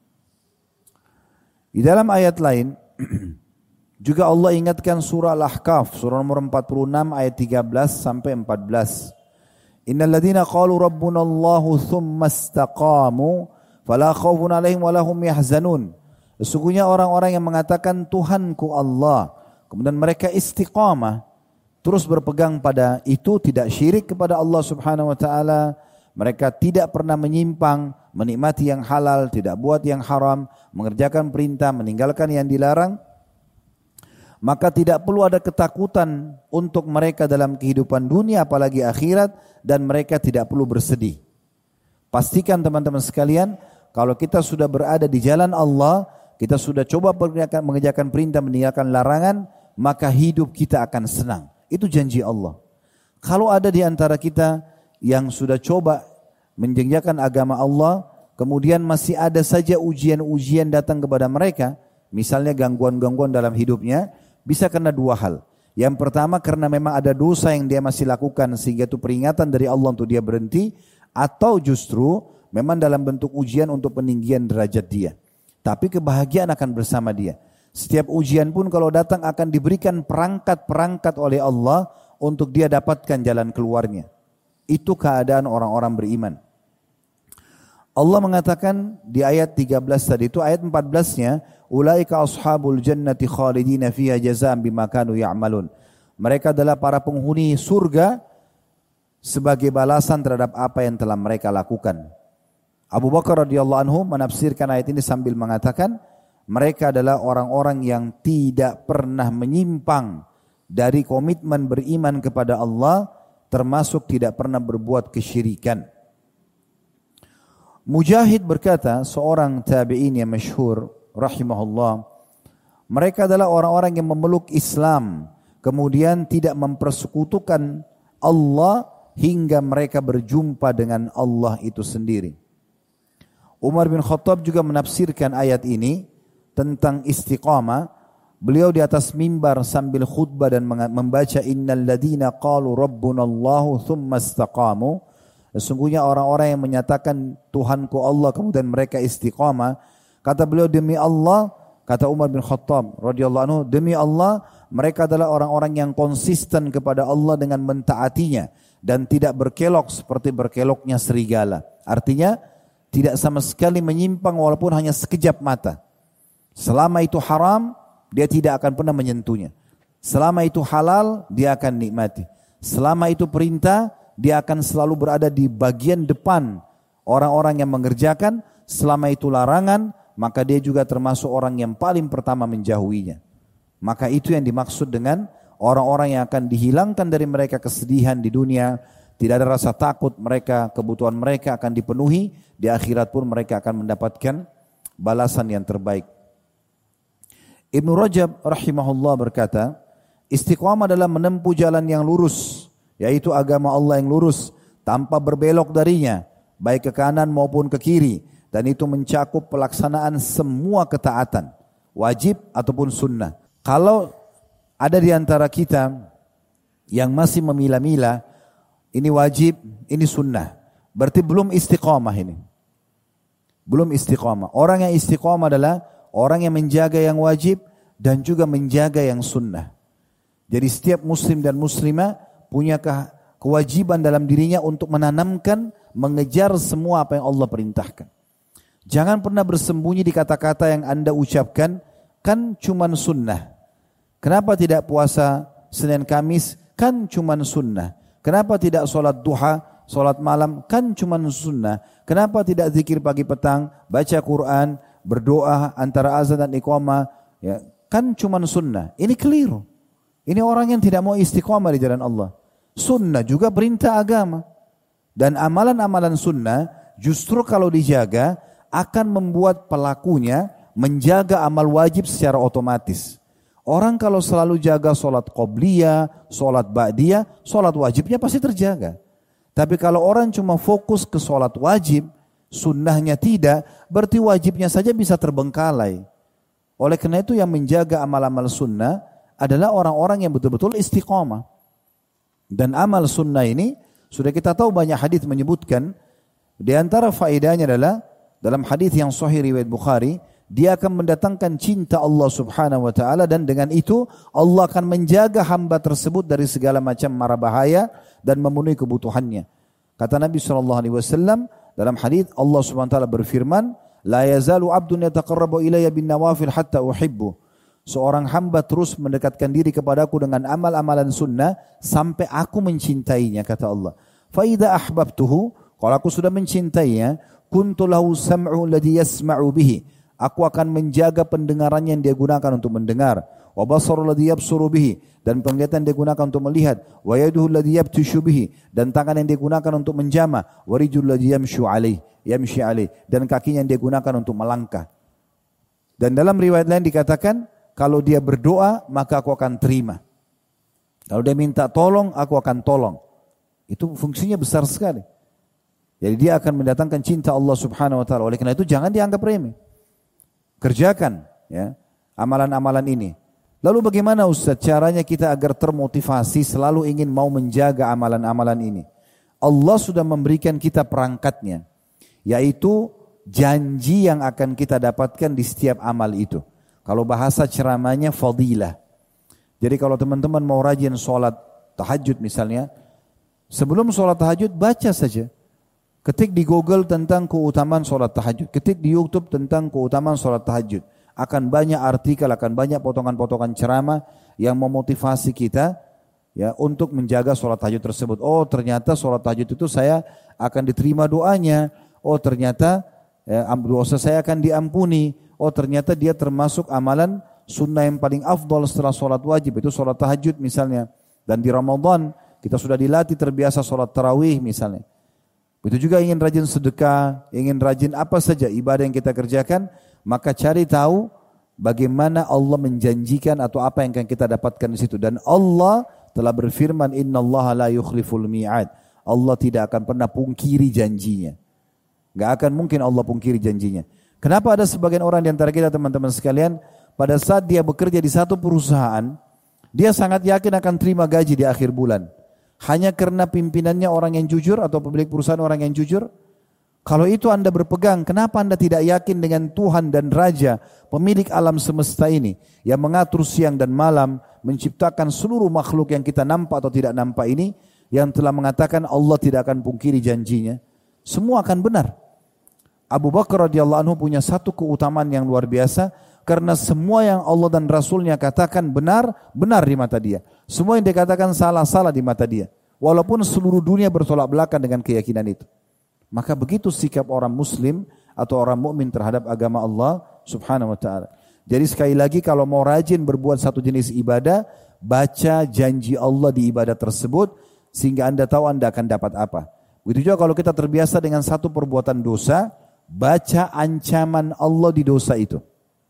Di dalam ayat lain juga Allah ingatkan surah Al-Ahqaf, surah nomor 46 ayat 13 sampai 14. Innal ladzina qalu rabbunallahu tsumma istaqamu fala khaufun 'alaihim wa lahum yahzanun. Sesungguhnya orang-orang yang mengatakan Tuhanku Allah, kemudian mereka istiqamah, terus berpegang pada itu, tidak syirik kepada Allah Subhanahu wa taala, mereka tidak pernah menyimpang, menikmati yang halal, tidak buat yang haram, mengerjakan perintah, meninggalkan yang dilarang, maka tidak perlu ada ketakutan untuk mereka dalam kehidupan dunia apalagi akhirat, dan mereka tidak perlu bersedih. Pastikan teman-teman sekalian, kalau kita sudah berada di jalan Allah, kita sudah coba mengerjakan perintah, meninggalkan larangan, maka hidup kita akan senang. Itu janji Allah. Kalau ada di antara kita yang sudah coba mengerjakan agama Allah, kemudian masih ada saja ujian-ujian datang kepada mereka, misalnya gangguan-gangguan dalam hidupnya, bisa karena dua hal. Yang pertama karena memang ada dosa yang dia masih lakukan sehingga itu peringatan dari Allah untuk dia berhenti, atau justru memang dalam bentuk ujian untuk peninggian derajat dia. Tapi kebahagiaan akan bersama dia. Setiap ujian pun kalau datang akan diberikan perangkat-perangkat oleh Allah untuk dia dapatkan jalan keluarnya. Itu keadaan orang-orang beriman. Allah mengatakan di ayat 13 tadi itu, ayat 14-nya, ulaika ashabul jannati khalidina fiha jazaa'an bima kanu ya'malun. Mereka adalah para penghuni surga sebagai balasan terhadap apa yang telah mereka lakukan. Abu Bakar radhiyallahu anhu menafsirkan ayat ini sambil mengatakan, mereka adalah orang-orang yang tidak pernah menyimpang dari komitmen beriman kepada Allah, termasuk tidak pernah berbuat kesyirikan. Mujahid berkata, seorang tabi'in yang masyhur rahimahullah, mereka adalah orang-orang yang memeluk Islam, kemudian tidak mempersekutukan Allah hingga mereka berjumpa dengan Allah itu sendiri. Umar bin Khattab juga menafsirkan ayat ini tentang istiqamah. Beliau di atas mimbar sambil khutbah dan membaca innal ladina qalu rabbunallahu thumma istaqamu. Sesungguhnya orang-orang yang menyatakan Tuhanku Allah kemudian mereka istiqamah. Kata beliau, demi Allah, kata Umar bin Khattab radhiyallahu anhu, demi Allah mereka adalah orang-orang yang konsisten kepada Allah dengan mentaatinya dan tidak berkelok seperti berkeloknya serigala. Artinya tidak sama sekali menyimpang walaupun hanya sekejap mata. Selama itu haram, dia tidak akan pernah menyentuhnya. Selama itu halal, dia akan nikmati. Selama itu perintah, dia akan selalu berada di bagian depan orang-orang yang mengerjakan. Selama itu larangan, maka dia juga termasuk orang yang paling pertama menjauhinya. Maka itu yang dimaksud dengan orang-orang yang akan dihilangkan dari mereka kesedihan di dunia. Tidak ada rasa takut mereka, kebutuhan mereka akan dipenuhi. Di akhirat pun mereka akan mendapatkan balasan yang terbaik. Ibnu Rajab rahimahullah berkata, istiqamah adalah menempuh jalan yang lurus, yaitu agama Allah yang lurus, tanpa berbelok darinya, baik ke kanan maupun ke kiri. Dan itu mencakup pelaksanaan semua ketaatan, wajib ataupun sunnah. Kalau ada di antara kita yang masih memilah-milah, ini wajib, ini sunnah, berarti belum istiqamah ini. Belum istiqamah. Orang yang istiqamah adalah orang yang menjaga yang wajib dan juga menjaga yang sunnah. Jadi setiap muslim dan muslimah punya kewajiban dalam dirinya untuk menanamkan, mengejar semua apa yang Allah perintahkan. Jangan pernah bersembunyi di kata-kata yang Anda ucapkan, kan cuman sunnah. Kenapa tidak puasa Senin Kamis? Kan cuman sunnah. Kenapa tidak sholat duha, sholat malam? Kan cuman sunnah. Kenapa tidak zikir pagi petang, baca Quran, berdoa antara azan dan iqamah? Ya, kan cuman sunnah. Ini keliru. Ini orang yang tidak mau istiqamah di jalan Allah. Sunnah juga perintah agama. Dan amalan-amalan sunnah justru kalau dijaga akan membuat pelakunya menjaga amal wajib secara otomatis. Orang kalau selalu jaga sholat qobliyah, sholat ba'diyah, sholat wajibnya pasti terjaga. Tapi kalau orang cuma fokus ke sholat wajib, sunnahnya tidak, berarti wajibnya saja bisa terbengkalai. Oleh karena itu yang menjaga amal-amal sunnah adalah orang-orang yang betul-betul istiqamah. Dan amal sunnah ini, sudah kita tahu banyak hadis menyebutkan, di antara faedahnya adalah, dalam hadis yang sahih riwayat Bukhari, dia akan mendatangkan cinta Allah subhanahu wa ta'ala dan dengan itu Allah akan menjaga hamba tersebut dari segala macam mara bahaya dan memenuhi kebutuhannya. Kata Nabi SAW dalam hadis, Allah subhanahu wa ta'ala berfirman, La yazalu abdun yataqarrabu ilayya bin nawafil hatta uhibbu. Seorang hamba terus mendekatkan diri kepadaku dengan amal-amalan sunnah sampai aku mencintainya, kata Allah. Fa idza ahbabtuhu, kalau aku sudah mencintainya, kuntu lahu sam'u alladhi yasma'u bihi. Aku akan menjaga pendengarannya yang dia gunakan untuk mendengar. Wa basaru alladhi yabsuru bihi, dan penglihatan dia gunakan untuk melihat. Wa yaduhu alladhi yabtishu bihi, dan tangan yang dia gunakan untuk menjamah. Wa rijlu alladhi yamshi alaih, dan kakinya yang dia gunakan untuk melangkah. Dan dalam riwayat lain dikatakan, kalau dia berdoa maka aku akan terima. Kalau dia minta tolong, aku akan tolong. Itu fungsinya besar sekali. Jadi dia akan mendatangkan cinta Allah subhanahu wa ta'ala. Oleh karena itu jangan dianggap remeh. Kerjakan ya amalan-amalan ini. Lalu bagaimana Ustaz caranya kita agar termotivasi selalu ingin mau menjaga amalan-amalan ini? Allah sudah memberikan kita perangkatnya, yaitu janji yang akan kita dapatkan di setiap amal itu. Kalau bahasa ceramahnya fadilah. Jadi kalau teman-teman mau rajin sholat tahajud misalnya, sebelum sholat tahajud baca saja. Ketik di Google tentang keutamaan sholat tahajud. Ketik di YouTube tentang keutamaan sholat tahajud. Akan banyak artikel, akan banyak potongan-potongan ceramah yang memotivasi kita ya untuk menjaga sholat tahajud tersebut. Oh ternyata sholat tahajud itu saya akan diterima doanya. Oh ternyata dosa saya akan diampuni. Oh ternyata dia termasuk amalan sunnah yang paling afdal setelah sholat wajib. Itu sholat tahajud misalnya. Dan di Ramadan kita sudah dilatih terbiasa sholat tarawih misalnya. Begitu juga ingin rajin sedekah, ingin rajin apa saja ibadah yang kita kerjakan, maka cari tahu bagaimana Allah menjanjikan atau apa yang akan kita dapatkan di situ. Dan Allah telah berfirman, innallaha la yukhliful mi'ad. Allah tidak akan pernah pungkiri janjinya. Gak akan mungkin Allah pungkiri janjinya. Kenapa ada sebagian orang di antara kita teman-teman sekalian, pada saat dia bekerja di satu perusahaan, dia sangat yakin akan terima gaji di akhir bulan. Hanya karena pimpinannya orang yang jujur atau pemilik perusahaan orang yang jujur? Kalau itu Anda berpegang, kenapa Anda tidak yakin dengan Tuhan dan Raja, pemilik alam semesta ini, yang mengatur siang dan malam, menciptakan seluruh makhluk yang kita nampak atau tidak nampak ini, yang telah mengatakan Allah tidak akan pungkiri janjinya. Semua akan benar. Abu Bakar radhiyallahu anhu punya satu keutamaan yang luar biasa, karena semua yang Allah dan Rasulnya katakan benar, benar di mata dia. Semua yang dikatakan salah, salah di mata dia. Walaupun seluruh dunia bertolak belakang dengan keyakinan itu. Maka begitu sikap orang muslim atau orang mukmin terhadap agama Allah subhanahu wa ta'ala. Jadi sekali lagi kalau mau rajin berbuat satu jenis ibadah, baca janji Allah di ibadah tersebut, sehingga Anda tahu Anda akan dapat apa. Begitu juga kalau kita terbiasa dengan satu perbuatan dosa, baca ancaman Allah di dosa itu.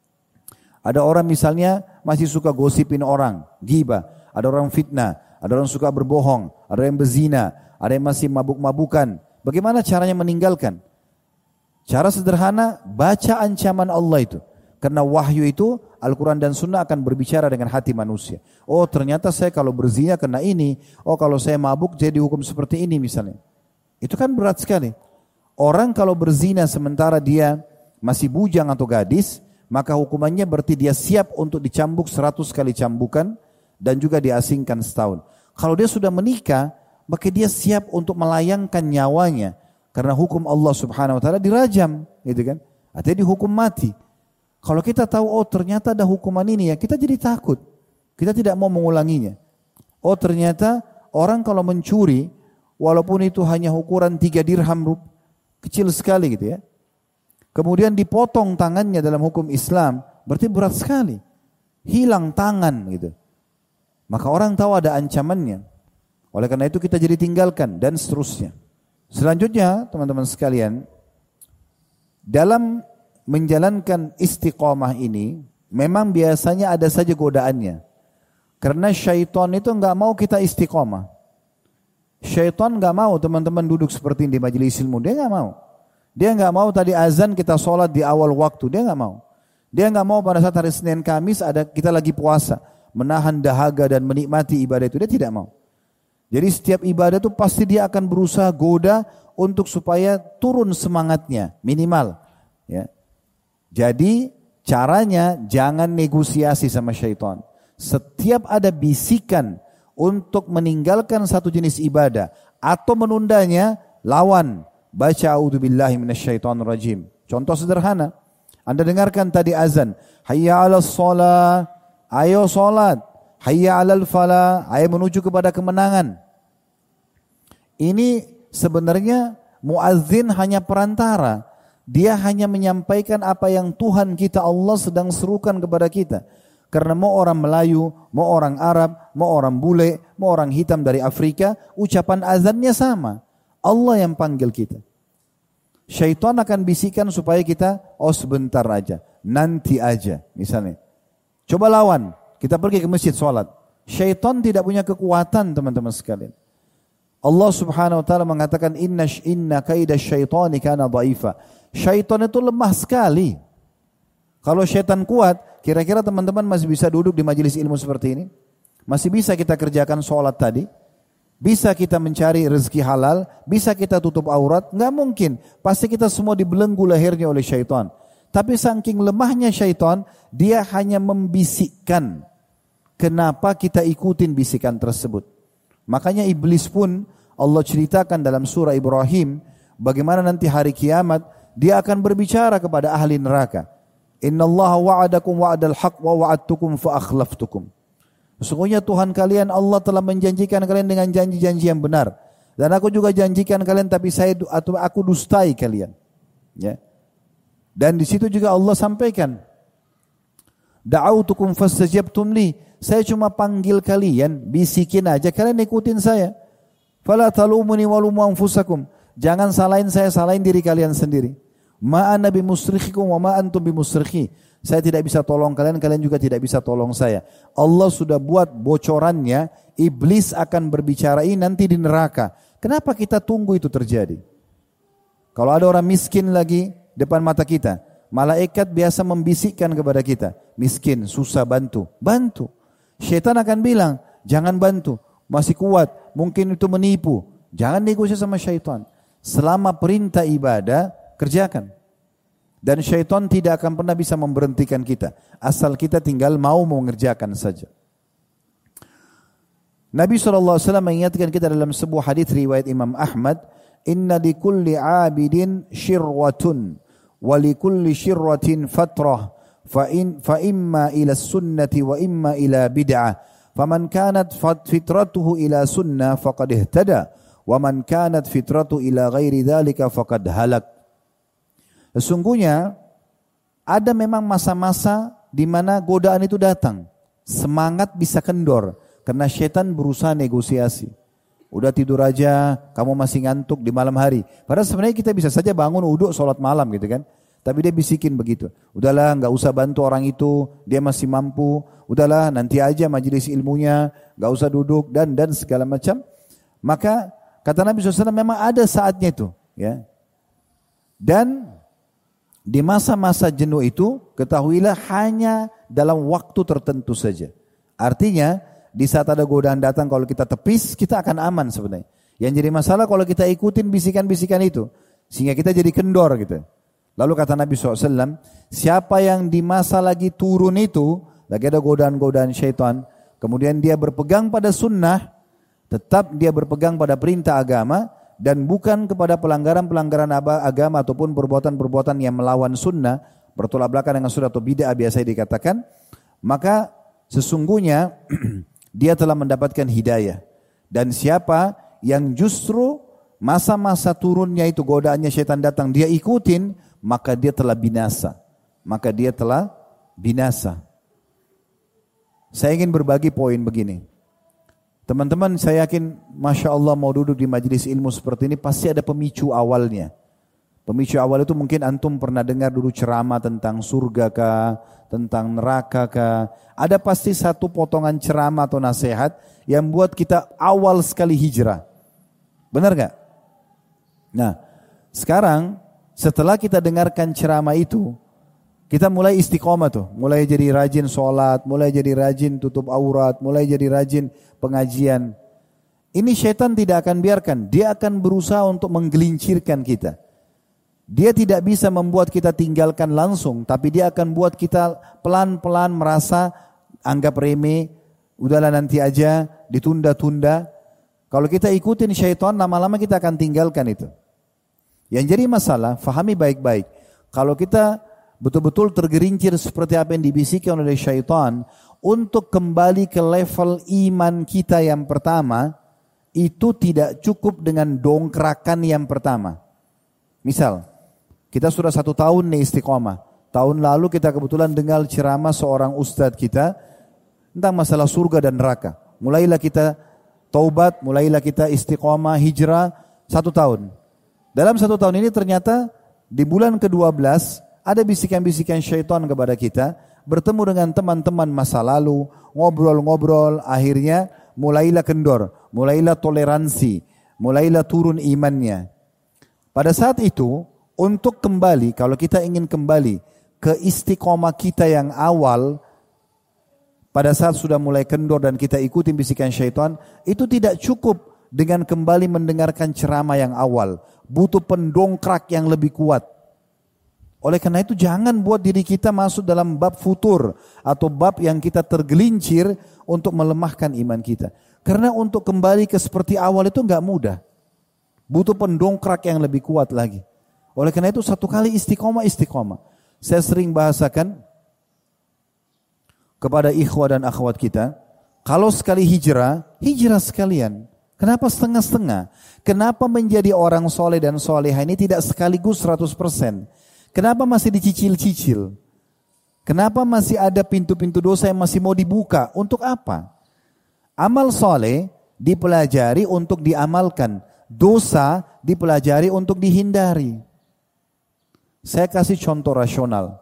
Ada orang misalnya masih suka gosipin orang, ghibah. Ada orang fitnah, ada orang suka berbohong, ada yang berzina, ada yang masih mabuk-mabukan. Bagaimana caranya meninggalkan? Cara sederhana, baca ancaman Allah itu. Karena wahyu itu, Al-Quran dan Sunnah akan berbicara dengan hati manusia. Oh ternyata saya kalau berzina kena ini. Oh kalau saya mabuk jadi hukum seperti ini misalnya. Itu kan berat sekali. Orang kalau berzina sementara dia masih bujang atau gadis, maka hukumannya berarti dia siap untuk dicambuk 100 kali cambukan dan juga diasingkan setahun. Kalau dia sudah menikah, maka dia siap untuk melayangkan nyawanya karena hukum Allah Subhanahu wa taala dirajam, gitu kan? Artinya dihukum mati. Kalau kita tahu oh ternyata ada hukuman ini ya, kita jadi takut. Kita tidak mau mengulanginya. Oh ternyata orang kalau mencuri walaupun itu hanya ukuran 3 dirham kecil sekali gitu ya. Kemudian dipotong tangannya dalam hukum Islam, berarti berat sekali. Hilang tangan gitu. Maka orang tahu ada ancamannya. Oleh karena itu kita jadi tinggalkan dan seterusnya. Selanjutnya teman-teman sekalian, dalam menjalankan istiqamah ini, memang biasanya ada saja godaannya. Karena syaitan itu enggak mau kita istiqamah. Syaitan enggak mau teman-teman duduk seperti ini di majelis ilmu, dia enggak mau. Dia enggak mau tadi azan kita sholat di awal waktu, dia enggak mau. Dia enggak mau pada saat hari Senin Kamis ada kita lagi puasa, menahan dahaga dan menikmati ibadah itu, dia tidak mau. Jadi setiap ibadah itu pasti dia akan berusaha goda untuk supaya turun semangatnya, minimal. Ya. Jadi caranya jangan negosiasi sama syaitan. Setiap ada bisikan untuk meninggalkan satu jenis ibadah atau menundanya, lawan. Baca a'udzubillahi minasyaitonirrajim. Contoh sederhana. Anda dengarkan tadi azan. Hayya 'alas shalah. Ayo salat. Hayya 'alal falah. Ayo menuju kepada kemenangan. Ini sebenarnya muazzin hanya perantara. Dia hanya menyampaikan apa yang Tuhan kita Allah sedang serukan kepada kita. Karena mau orang Melayu, mau orang Arab, mau orang bule, mau orang hitam dari Afrika, ucapan azannya sama. Allah yang panggil kita. Syaitan akan bisikan supaya kita, oh sebentar aja, nanti aja misalnya. Coba lawan, kita pergi ke masjid sholat. Syaitan tidak punya kekuatan teman-teman sekalian. Allah subhanahu wa ta'ala mengatakan, inna kaida syaitani kana dha'ifa. Syaitan itu lemah sekali. Kalau syaitan kuat, kira-kira teman-teman masih bisa duduk di majelis ilmu seperti ini? Masih bisa kita kerjakan sholat tadi? Bisa kita mencari rezeki halal? Bisa kita tutup aurat? Enggak mungkin. Pasti kita semua dibelenggu lahirnya oleh syaitan. Tapi saking lemahnya syaitan, dia hanya membisikkan. Kenapa kita ikutin bisikan tersebut? Makanya iblis pun Allah ceritakan dalam surah Ibrahim, bagaimana nanti hari kiamat, dia akan berbicara kepada ahli neraka. Innallaha wa'adakum wa'adal haq wa wa'adtukum fa akhlaftukum. Sesungguhnya Tuhan kalian Allah telah menjanjikan kalian dengan janji-janji yang benar. Dan aku juga janjikan kalian tapi aku dustai kalian. Ya. Dan di situ juga Allah sampaikan, da'autukum fastajabtum li. Saya cuma panggil kalian, bisikin aja, kalian ikutin saya. Fala talumuni walumu anfusakum. Jangan salahin saya, salahin diri kalian sendiri. Ma ana bimusrikhikum wa ma antum bimusrikhi. Saya tidak bisa tolong kalian, kalian juga tidak bisa tolong saya. Allah sudah buat bocorannya, iblis akan berbicara ini nanti di neraka. Kenapa kita tunggu itu terjadi? Kalau ada orang miskin lagi depan mata kita, malaikat biasa membisikkan kepada kita, miskin, susah, bantu. Bantu. Syaitan akan bilang, jangan bantu, masih kuat, mungkin itu menipu. Jangan negosiasi sama syaitan. Selama perintah ibadah, kerjakan. Dan syaitan tidak akan pernah bisa memberhentikan kita. Asal kita tinggal mau mengerjakan saja. Nabi SAW mengingatkan kita dalam sebuah hadis riwayat Imam Ahmad, Inna di kulli abidin syirwatun, wa li kulli syirwatin fatrah, fa imma ila sunnati wa imma ila bid'ah. Faman kanat fitratuhu ila sunnah faqad ihtada, wa man kanat fitratuhu ila ghairi dhalika faqad halak. Sesungguhnya ada memang masa-masa di mana godaan itu datang. Semangat bisa kendor karena syaitan berusaha negosiasi. Udah tidur aja, kamu masih ngantuk di malam hari. Padahal sebenarnya kita bisa saja bangun uduk sholat malam gitu kan. Tapi dia bisikin begitu. Udahlah, nggak usah bantu orang itu, dia masih mampu. Udahlah, nanti aja majelis ilmunya, nggak usah duduk dan segala macam. Maka kata Nabi SAW memang ada saatnya itu, ya. Dan di masa-masa jenuh itu, ketahuilah hanya dalam waktu tertentu saja. Artinya, di saat ada godaan datang, kalau kita tepis, kita akan aman sebenarnya. Yang jadi masalah kalau kita ikutin bisikan-bisikan itu, sehingga kita jadi kendor gitu. Lalu kata Nabi SAW, siapa yang di masa lagi turun itu, lagi ada godaan-godaan syaitan, kemudian dia berpegang pada sunnah, tetap dia berpegang pada perintah agama, dan bukan kepada pelanggaran-pelanggaran agama ataupun perbuatan-perbuatan yang melawan sunnah, bertolak belakang dengan sunnah atau bid'ah biasa dikatakan, maka sesungguhnya dia telah mendapatkan hidayah. Dan siapa yang justru masa-masa turunnya itu godaannya syaitan datang, dia ikutin, maka dia telah binasa. Maka dia telah binasa. Saya ingin berbagi poin begini. Teman-teman, saya yakin Masya Allah mau duduk di majelis ilmu seperti ini pasti ada pemicu awalnya. Pemicu awal itu mungkin antum pernah dengar dulu ceramah tentang surga kah, tentang neraka kah. Ada pasti satu potongan ceramah atau nasihat yang buat kita awal sekali hijrah. Benar gak? Nah, sekarang setelah kita dengarkan ceramah itu, kita mulai istiqomah tuh, mulai jadi rajin sholat, mulai jadi rajin tutup aurat, mulai jadi rajin pengajian. Ini syaitan tidak akan biarkan, dia akan berusaha untuk menggelincirkan kita. Dia tidak bisa membuat kita tinggalkan langsung, tapi dia akan buat kita pelan-pelan merasa anggap remeh, udahlah nanti aja, ditunda-tunda. Kalau kita ikutin syaitan, lama-lama kita akan tinggalkan itu. Yang jadi masalah, fahami baik-baik. Kalau kita betul-betul tergerincir seperti apa yang dibisikkan oleh syaitan, untuk kembali ke level iman kita yang pertama, itu tidak cukup dengan dongkrakan yang pertama. Misal, kita sudah 1 tahun nih istiqomah. Tahun lalu kita kebetulan dengar ceramah seorang ustadz kita tentang masalah surga dan neraka. Mulailah kita taubat, mulailah kita istiqomah, hijrah 1 tahun. Dalam 1 tahun ini ternyata di bulan ke-12 ada bisikan-bisikan syaitan kepada kita, bertemu dengan teman-teman masa lalu, ngobrol-ngobrol, akhirnya mulailah kendor, mulailah toleransi, mulailah turun imannya. Pada saat itu, untuk kembali, kalau kita ingin kembali ke istiqomah kita yang awal, pada saat sudah mulai kendor dan kita ikuti bisikan syaitan, itu tidak cukup dengan kembali mendengarkan ceramah yang awal. Butuh pendongkrak yang lebih kuat. Oleh karena itu jangan buat diri kita masuk dalam bab futur atau bab yang kita tergelincir untuk melemahkan iman kita. Karena untuk kembali ke seperti awal itu enggak mudah. Butuh pendongkrak yang lebih kuat lagi. Oleh karena itu 1 kali istiqomah. Saya sering bahasakan kepada ikhwah dan akhwat kita, kalau sekali hijrah sekalian. Kenapa setengah-setengah? Kenapa menjadi orang soleh dan solehah ini tidak sekaligus 100%? Kenapa masih dicicil-cicil? Kenapa masih ada pintu-pintu dosa yang masih mau dibuka? Untuk apa? Amal soleh dipelajari untuk diamalkan. Dosa dipelajari untuk dihindari. Saya kasih contoh rasional.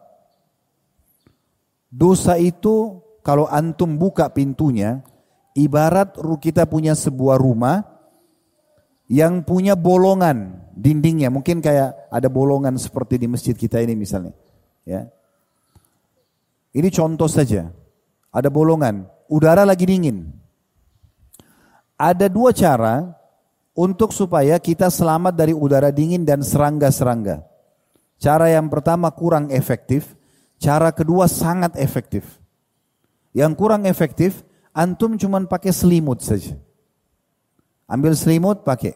Dosa itu kalau antum buka pintunya, ibarat kita punya sebuah rumah yang punya bolongan dindingnya, mungkin kayak ada bolongan seperti di masjid kita ini misalnya. Ya. Ini contoh saja, ada bolongan, udara lagi dingin. Ada dua cara untuk supaya kita selamat dari udara dingin dan serangga-serangga. Cara yang pertama kurang efektif, cara kedua sangat efektif. Yang kurang efektif, antum cuma pakai selimut saja. Ambil selimut, pakai.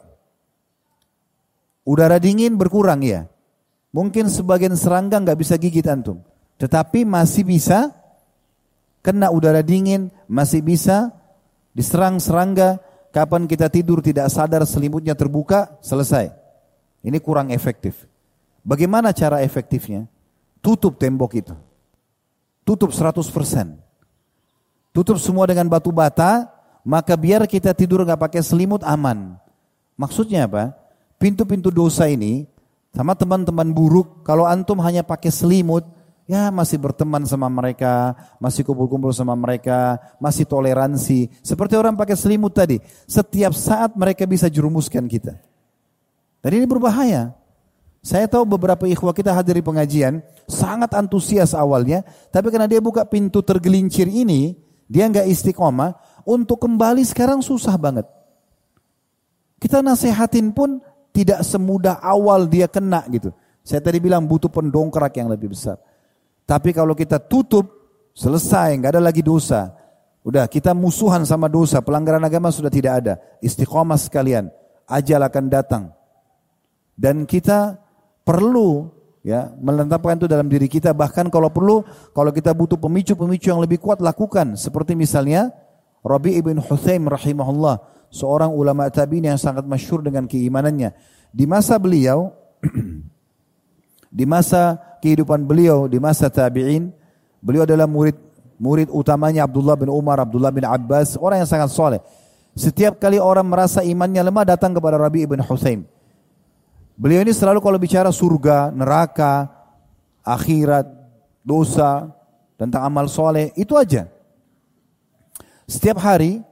Udara dingin berkurang ya. Mungkin sebagian serangga nggak bisa gigit antum. Tetapi masih bisa kena udara dingin, masih bisa diserang serangga. Kapan kita tidur tidak sadar selimutnya terbuka, selesai. Ini kurang efektif. Bagaimana cara efektifnya? Tutup tembok itu. Tutup 100%. Tutup semua dengan batu bata, maka biar kita tidur nggak pakai selimut aman. Maksudnya apa? Pintu-pintu dosa ini sama teman-teman buruk, kalau antum hanya pakai selimut, ya masih berteman sama mereka, masih kumpul-kumpul sama mereka, masih toleransi. Seperti orang pakai selimut tadi, setiap saat mereka bisa jerumuskan kita. Dan ini berbahaya. Saya tahu beberapa ikhwah kita hadir di pengajian, sangat antusias awalnya, tapi karena dia buka pintu tergelincir ini, dia nggak istiqomah, untuk kembali sekarang susah banget. Kita nasehatin pun tidak semudah awal dia kena gitu. Saya tadi bilang butuh pendongkrak yang lebih besar. Tapi kalau kita tutup, selesai, nggak ada lagi dosa. Udah kita musuhan sama dosa, pelanggaran agama sudah tidak ada. Istiqomah sekalian, ajal akan datang. Dan kita perlu ya menetapkan itu dalam diri kita. Bahkan kalau perlu, kalau kita butuh pemicu-pemicu yang lebih kuat, lakukan. Seperti misalnya Rabi' ibn Hutsaim rahimahullah, seorang ulama tabi'in yang sangat masyhur dengan keimanannya. Di masa beliau, di masa kehidupan beliau, di masa tabi'in, beliau adalah murid utamanya Abdullah bin Umar, Abdullah bin Abbas, orang yang sangat soleh. Setiap kali orang merasa imannya lemah, datang kepada Rabi' ibn Hutsaim. Beliau ini selalu kalau bicara surga, neraka, akhirat, dosa, tentang amal soleh, itu aja. Setiap hari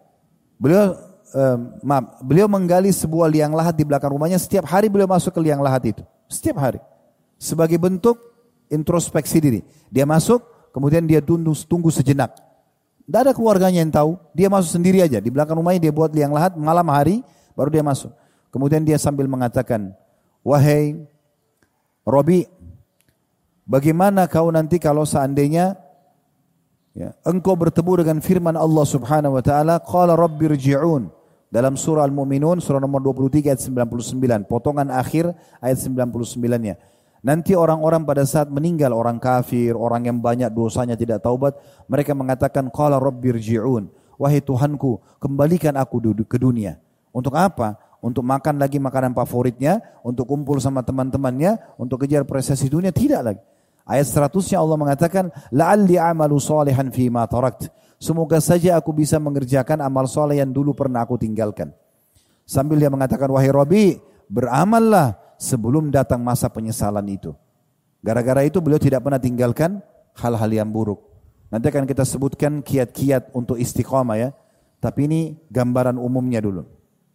beliau menggali sebuah liang lahat di belakang rumahnya. Setiap hari beliau masuk ke liang lahat itu. Setiap hari. Sebagai bentuk introspeksi diri. Dia masuk, kemudian dia tunggu sejenak. Tidak ada keluarganya yang tahu. Dia masuk sendiri aja. Di belakang rumahnya dia buat liang lahat, malam hari baru dia masuk. Kemudian dia sambil mengatakan, wahai Rabi', bagaimana kau nanti kalau seandainya ya, engkau bertemu dengan firman Allah Subhanahu wa taala, qala rabbirji'un, dalam surah Al-Mu'minun surah nomor 23 ayat 99, potongan akhir ayat 99-nya. Nanti orang-orang pada saat meninggal, orang kafir, orang yang banyak dosanya tidak taubat, mereka mengatakan qala rabbirji'un, wahai Tuhanku, kembalikan aku ke dunia. Untuk apa? Untuk makan lagi makanan favoritnya, untuk kumpul sama teman-temannya, untuk kejar prestasi dunia, tidak lagi. Ayat 100-nya Allah mengatakan, la'alli amalu salihan fima tarakt. Semoga saja aku bisa mengerjakan amal soleh yang dulu pernah aku tinggalkan. Sambil dia mengatakan, wahai Rabi', beramallah sebelum datang masa penyesalan itu. Gara-gara itu beliau tidak pernah tinggalkan hal-hal yang buruk. Nanti akan kita sebutkan kiat-kiat untuk istiqamah ya. Tapi ini gambaran umumnya dulu.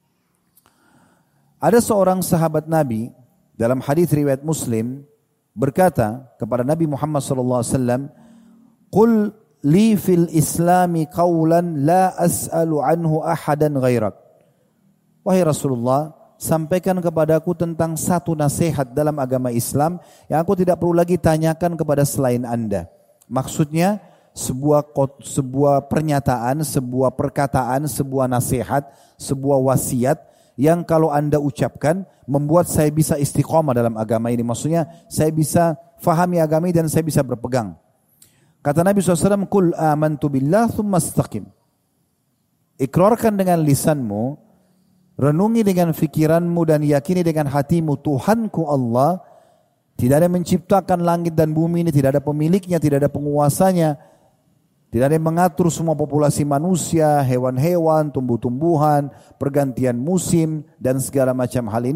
Ada seorang sahabat Nabi dalam hadis riwayat Muslim berkata kepada Nabi Muhammad SAW, "Qul li fil islami qawlan la as'alu anhu ahadan ghairak." Wahai Rasulullah, sampaikan kepadaku tentang satu nasihat dalam agama Islam yang aku tidak perlu lagi tanyakan kepada selain Anda. Maksudnya sebuah pernyataan, sebuah perkataan, sebuah nasihat, sebuah wasiat yang kalau Anda ucapkan membuat saya bisa istiqomah dalam agama ini. Maksudnya saya bisa fahami agama ini dan saya bisa berpegang. Kata Nabi SAW, Qul amantu billah thumma istaqim. Ikrarkan dengan lisanmu, renungi dengan fikiranmu dan yakini dengan hatimu, Tuhanku Allah, tidak ada yang menciptakan langit dan bumi ini, tidak ada pemiliknya, tidak ada penguasanya, tidak ada yang mengatur semua populasi manusia, hewan-hewan, tumbuh-tumbuhan, pergantian musim dan segala macam hal ini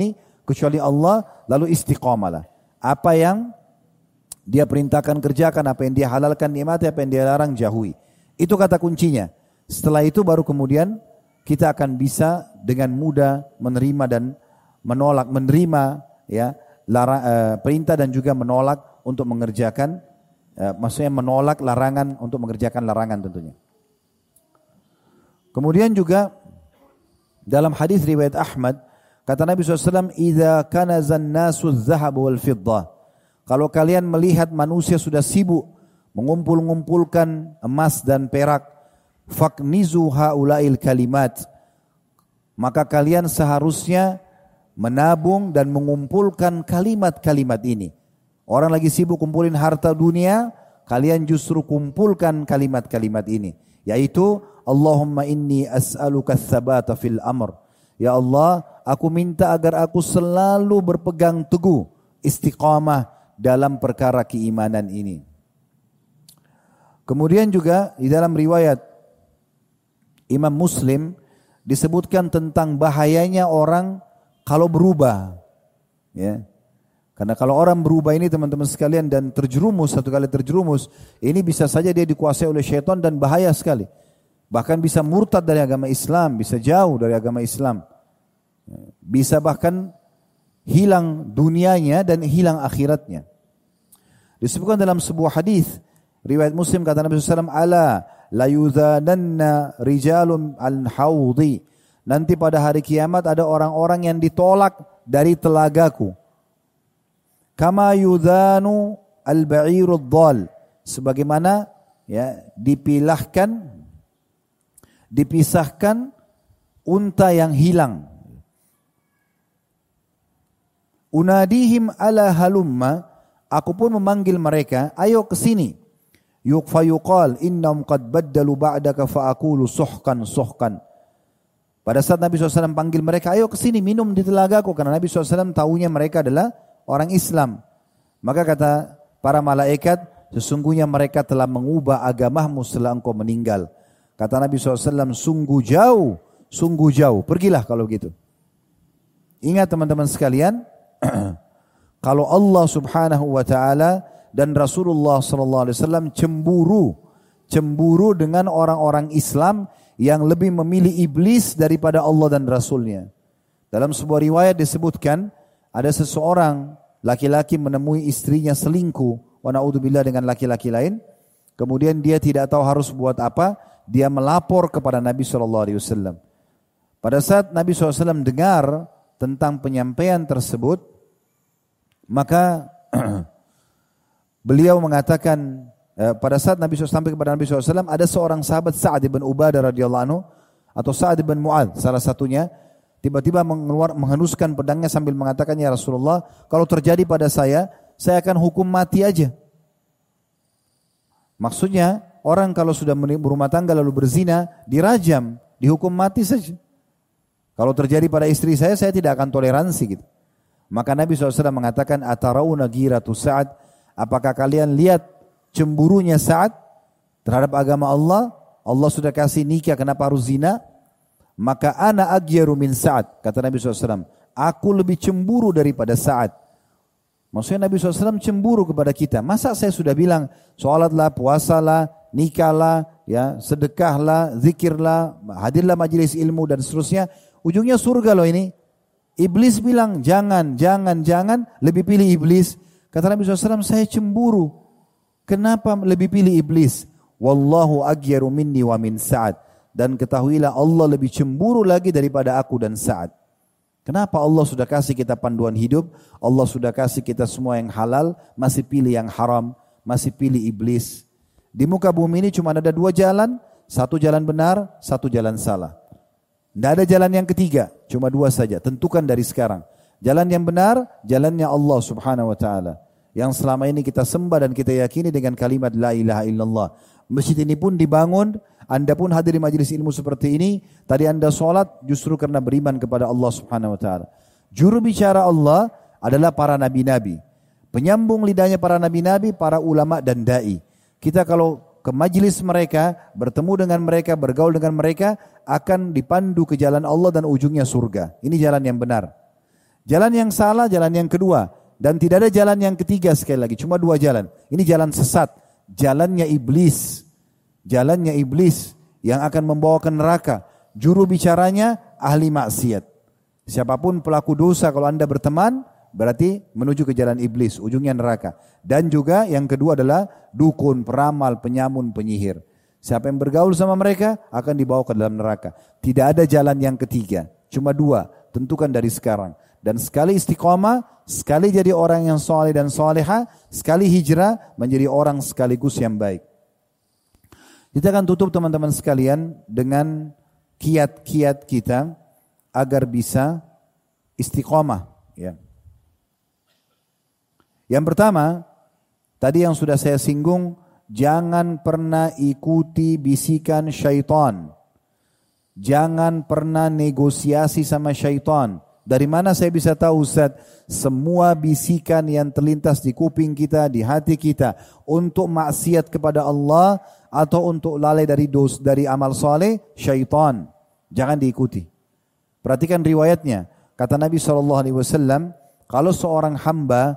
kecuali Allah, lalu istiqamalah. Apa yang dia perintahkan kerjakan, apa yang dia halalkan nikmati, apa yang dia larang jauhi. Itu kata kuncinya. Setelah itu baru kemudian kita akan bisa dengan mudah menerima dan menolak, menerima ya perintah dan juga menolak untuk mengerjakan, maksudnya menolak larangan untuk mengerjakan larangan tentunya. Kemudian juga dalam hadis riwayat Ahmad, kata Nabi SAW, "Idza kanazan nasu dzahab wal fiddah." Kalau kalian melihat manusia sudah sibuk mengumpul-ngumpulkan emas dan perak, faknizu haulail kalimat. Maka kalian seharusnya menabung dan mengumpulkan kalimat-kalimat ini. Orang lagi sibuk kumpulin harta dunia, kalian justru kumpulkan kalimat-kalimat ini. Yaitu, Allahumma inni as'aluka tsabata fil amr. Ya Allah, aku minta agar aku selalu berpegang teguh, istiqamah dalam perkara keimanan ini. Kemudian juga di dalam riwayat Imam Muslim disebutkan tentang bahayanya orang kalau berubah. Ya. Karena kalau orang berubah ini teman-teman sekalian dan terjerumus, satu kali terjerumus, ini bisa saja dia dikuasai oleh syaitan dan bahaya sekali. Bahkan bisa murtad dari agama Islam, bisa jauh dari agama Islam. Bisa bahkan hilang dunianya dan hilang akhiratnya. Disebutkan dalam sebuah hadis riwayat Muslim, kata Nabi SAW, "Ala la yudhananna rijalun al-hawdi." Nanti pada hari kiamat ada orang-orang yang ditolak dari telagaku. Kama yudhanu al-ba'irud dhal. Sebagaimana ya dipisahkan unta yang hilang. Unadihim ala halumma, aku pun memanggil mereka, ayo ke sini. Fayuqal innahum qad baddalu ba'daka fa'aqulu suhkan suhkan. Pada saat Nabi SAW panggil mereka, ayo ke sini minum di telagaku, karena Nabi SAW tahunya mereka adalah orang Islam. Maka kata para malaikat, sesungguhnya mereka telah mengubah agamamu setelah engkau meninggal. Kata Nabi SAW, sungguh jauh, pergilah kalau gitu. Ingat teman-teman sekalian, kalau Allah Subhanahu wa taala dan Rasulullah sallallahu alaihi wasallam cemburu dengan orang-orang Islam yang lebih memilih iblis daripada Allah dan Rasulnya. Dalam sebuah riwayat disebutkan ada seseorang laki-laki menemui istrinya selingkuh, wa na'udzubillah, dengan laki-laki lain. Kemudian dia tidak tahu harus buat apa, dia melapor kepada Nabi sallallahu alaihi wasallam. Pada saat Nabi SAW dengar tentang penyampaian tersebut, maka beliau mengatakan, pada saat Nabi SAW sampai kepada Nabi SAW, ada seorang sahabat Sa'ad bin Ubadah radhiyallahu anhu atau Sa'ad bin Mu'adz salah satunya, tiba-tiba menghenuskan pedangnya sambil mengatakan, ya Rasulullah, kalau terjadi pada saya akan hukum mati aja. Maksudnya orang kalau sudah berumah tangga lalu berzina, dirajam, dihukum mati saja. Kalau terjadi pada istri saya tidak akan toleransi gitu. Maka Nabi SAW mengatakan, atarauna ghiratu Sa'ad, apakah kalian lihat cemburunya Sa'ad terhadap agama Allah? Allah sudah kasih nikah, kenapa harus zina? Maka ana aghyaru min Sa'ad, kata Nabi SAW, aku lebih cemburu daripada Sa'ad. Maksudnya Nabi SAW cemburu kepada kita. Masa saya sudah bilang sholatlah, puasalah, nikahlah, ya, sedekahlah, zikirlah, hadirlah majelis ilmu dan seterusnya, ujungnya surga loh ini. Iblis bilang jangan, lebih pilih iblis. Kata Nabi SAW, saya cemburu. Kenapa lebih pilih iblis? Wallahu aghyaru minni wa min Sa'ad. Dan ketahuilah Allah lebih cemburu lagi daripada aku dan Sa'ad. Kenapa Allah sudah kasih kita panduan hidup, Allah sudah kasih kita semua yang halal, masih pilih yang haram, masih pilih iblis. Di muka bumi ini cuma ada dua jalan, satu jalan benar, satu jalan salah. Tidak ada jalan yang ketiga, cuma dua saja. Tentukan dari sekarang. Jalan yang benar, jalannya Allah Subhanahu wa taala. Yang selama ini kita sembah dan kita yakini dengan kalimat la ilaha illallah. Masjid ini pun dibangun, Anda pun hadir di majelis ilmu seperti ini. Tadi Anda sholat justru karena beriman kepada Allah Subhanahu wa taala. Juru bicara Allah adalah para nabi-nabi. Penyambung lidahnya para nabi-nabi, para ulama dan dai. Kita kalau ke majelis mereka, bertemu dengan mereka, bergaul dengan mereka, akan dipandu ke jalan Allah dan ujungnya surga. Ini jalan yang benar. Jalan yang salah, jalan yang kedua. Dan tidak ada jalan yang ketiga sekali lagi. Cuma dua jalan. Ini jalan sesat. Jalannya iblis. Jalannya iblis yang akan membawa ke neraka. Juru bicaranya ahli maksiat. Siapapun pelaku dosa kalau Anda berteman, berarti menuju ke jalan iblis, ujungnya neraka. Dan juga yang kedua adalah dukun, peramal, penyamun, penyihir. Siapa yang bergaul sama mereka akan dibawa ke dalam neraka. Tidak ada jalan yang ketiga, cuma dua, tentukan dari sekarang. Dan sekali istiqamah, sekali jadi orang yang soleh dan soleha, sekali hijrah menjadi orang sekaligus yang baik. Kita akan tutup teman-teman sekalian dengan kiat-kiat kita agar bisa istiqamah. Ya. Yang pertama, tadi yang sudah saya singgung, jangan pernah ikuti bisikan syaitan. Jangan pernah negosiasi sama syaitan. Dari mana saya bisa tahu Ustaz? Semua bisikan yang terlintas di kuping kita, di hati kita untuk maksiat kepada Allah atau untuk lalai dari amal soleh, syaitan. Jangan diikuti. Perhatikan riwayatnya. Kata Nabi SAW, kalau seorang hamba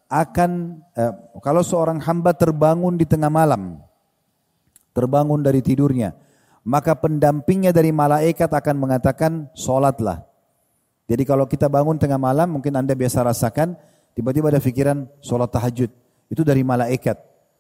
terbangun di tengah malam, terbangun dari tidurnya, maka pendampingnya dari malaikat akan mengatakan, sholatlah. Jadi kalau kita bangun tengah malam, mungkin Anda biasa rasakan, tiba-tiba ada pikiran sholat tahajud. Itu dari malaikat.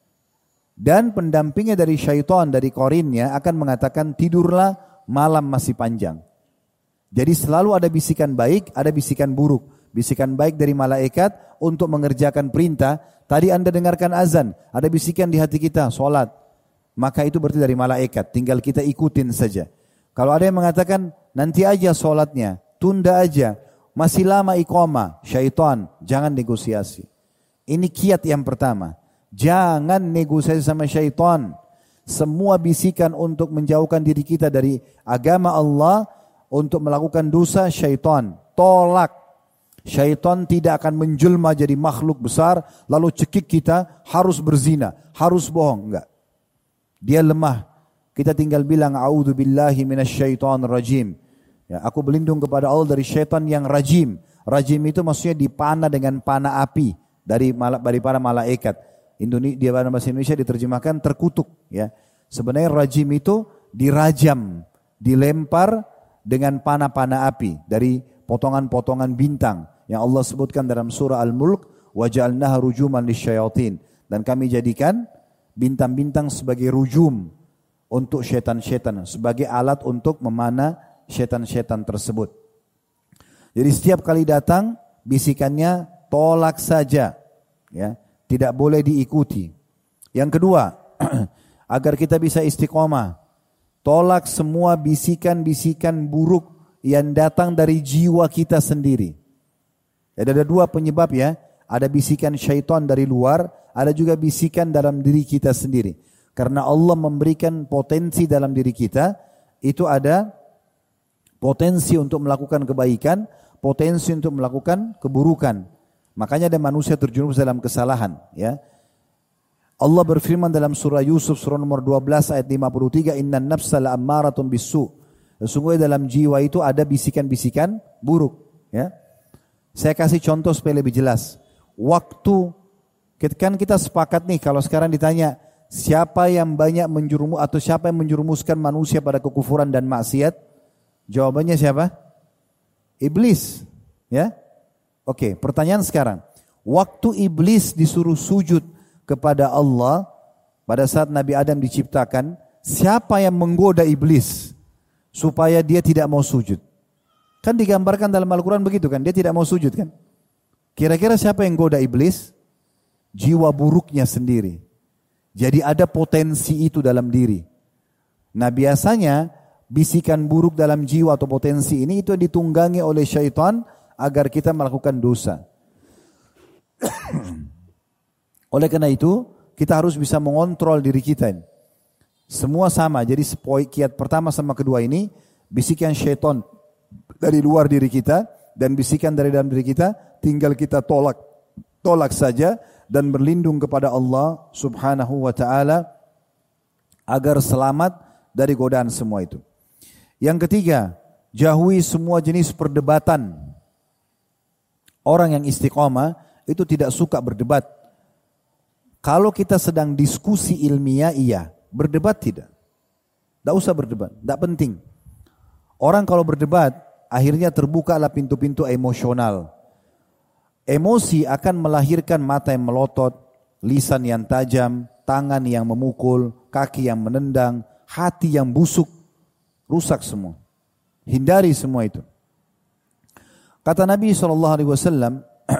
Dan pendampingnya dari syaitan, dari korinnya akan mengatakan, tidurlah, malam masih panjang. Jadi selalu ada bisikan baik, ada bisikan buruk. Bisikan baik dari malaikat untuk mengerjakan perintah. Tadi Anda dengarkan azan, ada bisikan di hati kita, sholat. Maka itu berarti dari malaikat, tinggal kita ikutin saja. Kalau ada yang mengatakan, nanti aja sholatnya, tunda aja, masih lama iqamah, syaitan, jangan negosiasi. Ini kiat yang pertama. Jangan negosiasi sama syaitan. Semua bisikan untuk menjauhkan diri kita dari agama Allah, untuk melakukan dosa, syaitan. Tolak. Syaitan tidak akan menjelma jadi makhluk besar, lalu cekik kita, harus berzina, harus bohong. Enggak. Dia lemah. Kita tinggal bilang, a'udzubillahi minasyaitonir rajim. Ya, aku berlindung kepada Allah dari syaitan yang rajim. Rajim itu maksudnya dipana dengan panah api dari para malaikat. Di bahasa Indonesia diterjemahkan terkutuk. Ya, sebenarnya rajim itu dirajam, dilempar dengan panah-panah api dari potongan-potongan bintang yang Allah sebutkan dalam surah Al-Mulk, waja'alnaha rujuman lisyayatin. Dan kami jadikan bintang-bintang sebagai rujum untuk syaitan-syaitan, sebagai alat untuk memanah syaitan-syaitan tersebut. Jadi setiap kali datang bisikannya tolak saja, ya, tidak boleh diikuti. Yang kedua, agar kita bisa istiqomah, tolak semua bisikan-bisikan buruk yang datang dari jiwa kita sendiri. Jadi ada dua penyebab ya, ada bisikan syaitan dari luar, ada juga bisikan dalam diri kita sendiri. Karena Allah memberikan potensi dalam diri kita, itu ada potensi untuk melakukan kebaikan, potensi untuk melakukan keburukan. Makanya ada manusia terjerumus dalam kesalahan. Ya. Allah berfirman dalam surah Yusuf, surah nomor 12 ayat 53, Innan nafsa la'ammaratun bisu. Sesungguhnya dalam jiwa itu ada bisikan-bisikan buruk. Ya. Saya kasih contoh supaya lebih jelas. Waktu, kan kita sepakat nih, kalau sekarang ditanya, siapa yang banyak atau siapa yang menjerumuskan manusia pada kekufuran dan maksiat? Jawabannya siapa? Iblis. Ya? Oke, pertanyaan sekarang. Waktu iblis disuruh sujud kepada Allah, pada saat Nabi Adam diciptakan, siapa yang menggoda iblis supaya dia tidak mau sujud? Kan digambarkan dalam Al-Quran begitu kan, dia tidak mau sujud kan? Kira-kira siapa yang goda iblis? Jiwa buruknya sendiri. Jadi ada potensi itu dalam diri. Nah biasanya bisikan buruk dalam jiwa atau potensi ini itu ditunggangi oleh syaitan agar kita melakukan dosa. Oleh karena itu, kita harus bisa mengontrol diri kita. Semua sama, jadi kiat pertama sama kedua ini, bisikan syaitan dari luar diri kita dan bisikan dari dalam diri kita, tinggal kita tolak saja dan berlindung kepada Allah Subhanahu wa taala agar selamat dari godaan semua itu. Yang ketiga, jauhi semua jenis perdebatan. Orang yang istiqomah itu tidak suka berdebat. Kalau kita sedang diskusi ilmiah, iya. Berdebat tidak. Tidak usah berdebat, tidak penting. Orang kalau berdebat, akhirnya terbukalah pintu-pintu emosional. Emosi akan melahirkan mata yang melotot, lisan yang tajam, tangan yang memukul, kaki yang menendang, hati yang busuk, rusak semua. Hindari semua itu. Kata Nabi SAW,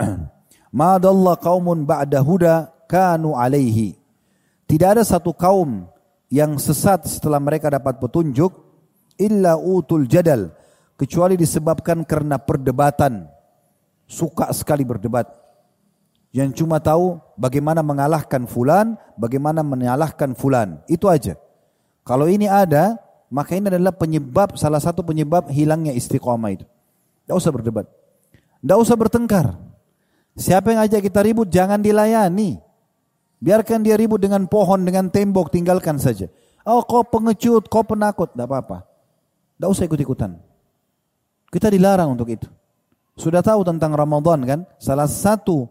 "Ma dalla qaumun ba'da huda kanu alaihi." Tidak ada satu kaum yang sesat setelah mereka dapat petunjuk, illa utul jadal, kecuali disebabkan karena perdebatan. Suka sekali berdebat. Yang cuma tahu bagaimana mengalahkan fulan, bagaimana menyalahkan fulan. Itu aja. Kalau ini ada, maka ini adalah penyebab, salah satu penyebab hilangnya istiqomah itu. Tidak usah berdebat. Tidak usah bertengkar. Siapa yang ajak kita ribut, jangan dilayani. Biarkan dia ribut dengan pohon, dengan tembok, tinggalkan saja. Oh, kau pengecut, kau penakut. Tidak apa-apa. Tidak usah ikut-ikutan. Kita dilarang untuk itu. Sudah tahu tentang Ramadan kan? Salah satu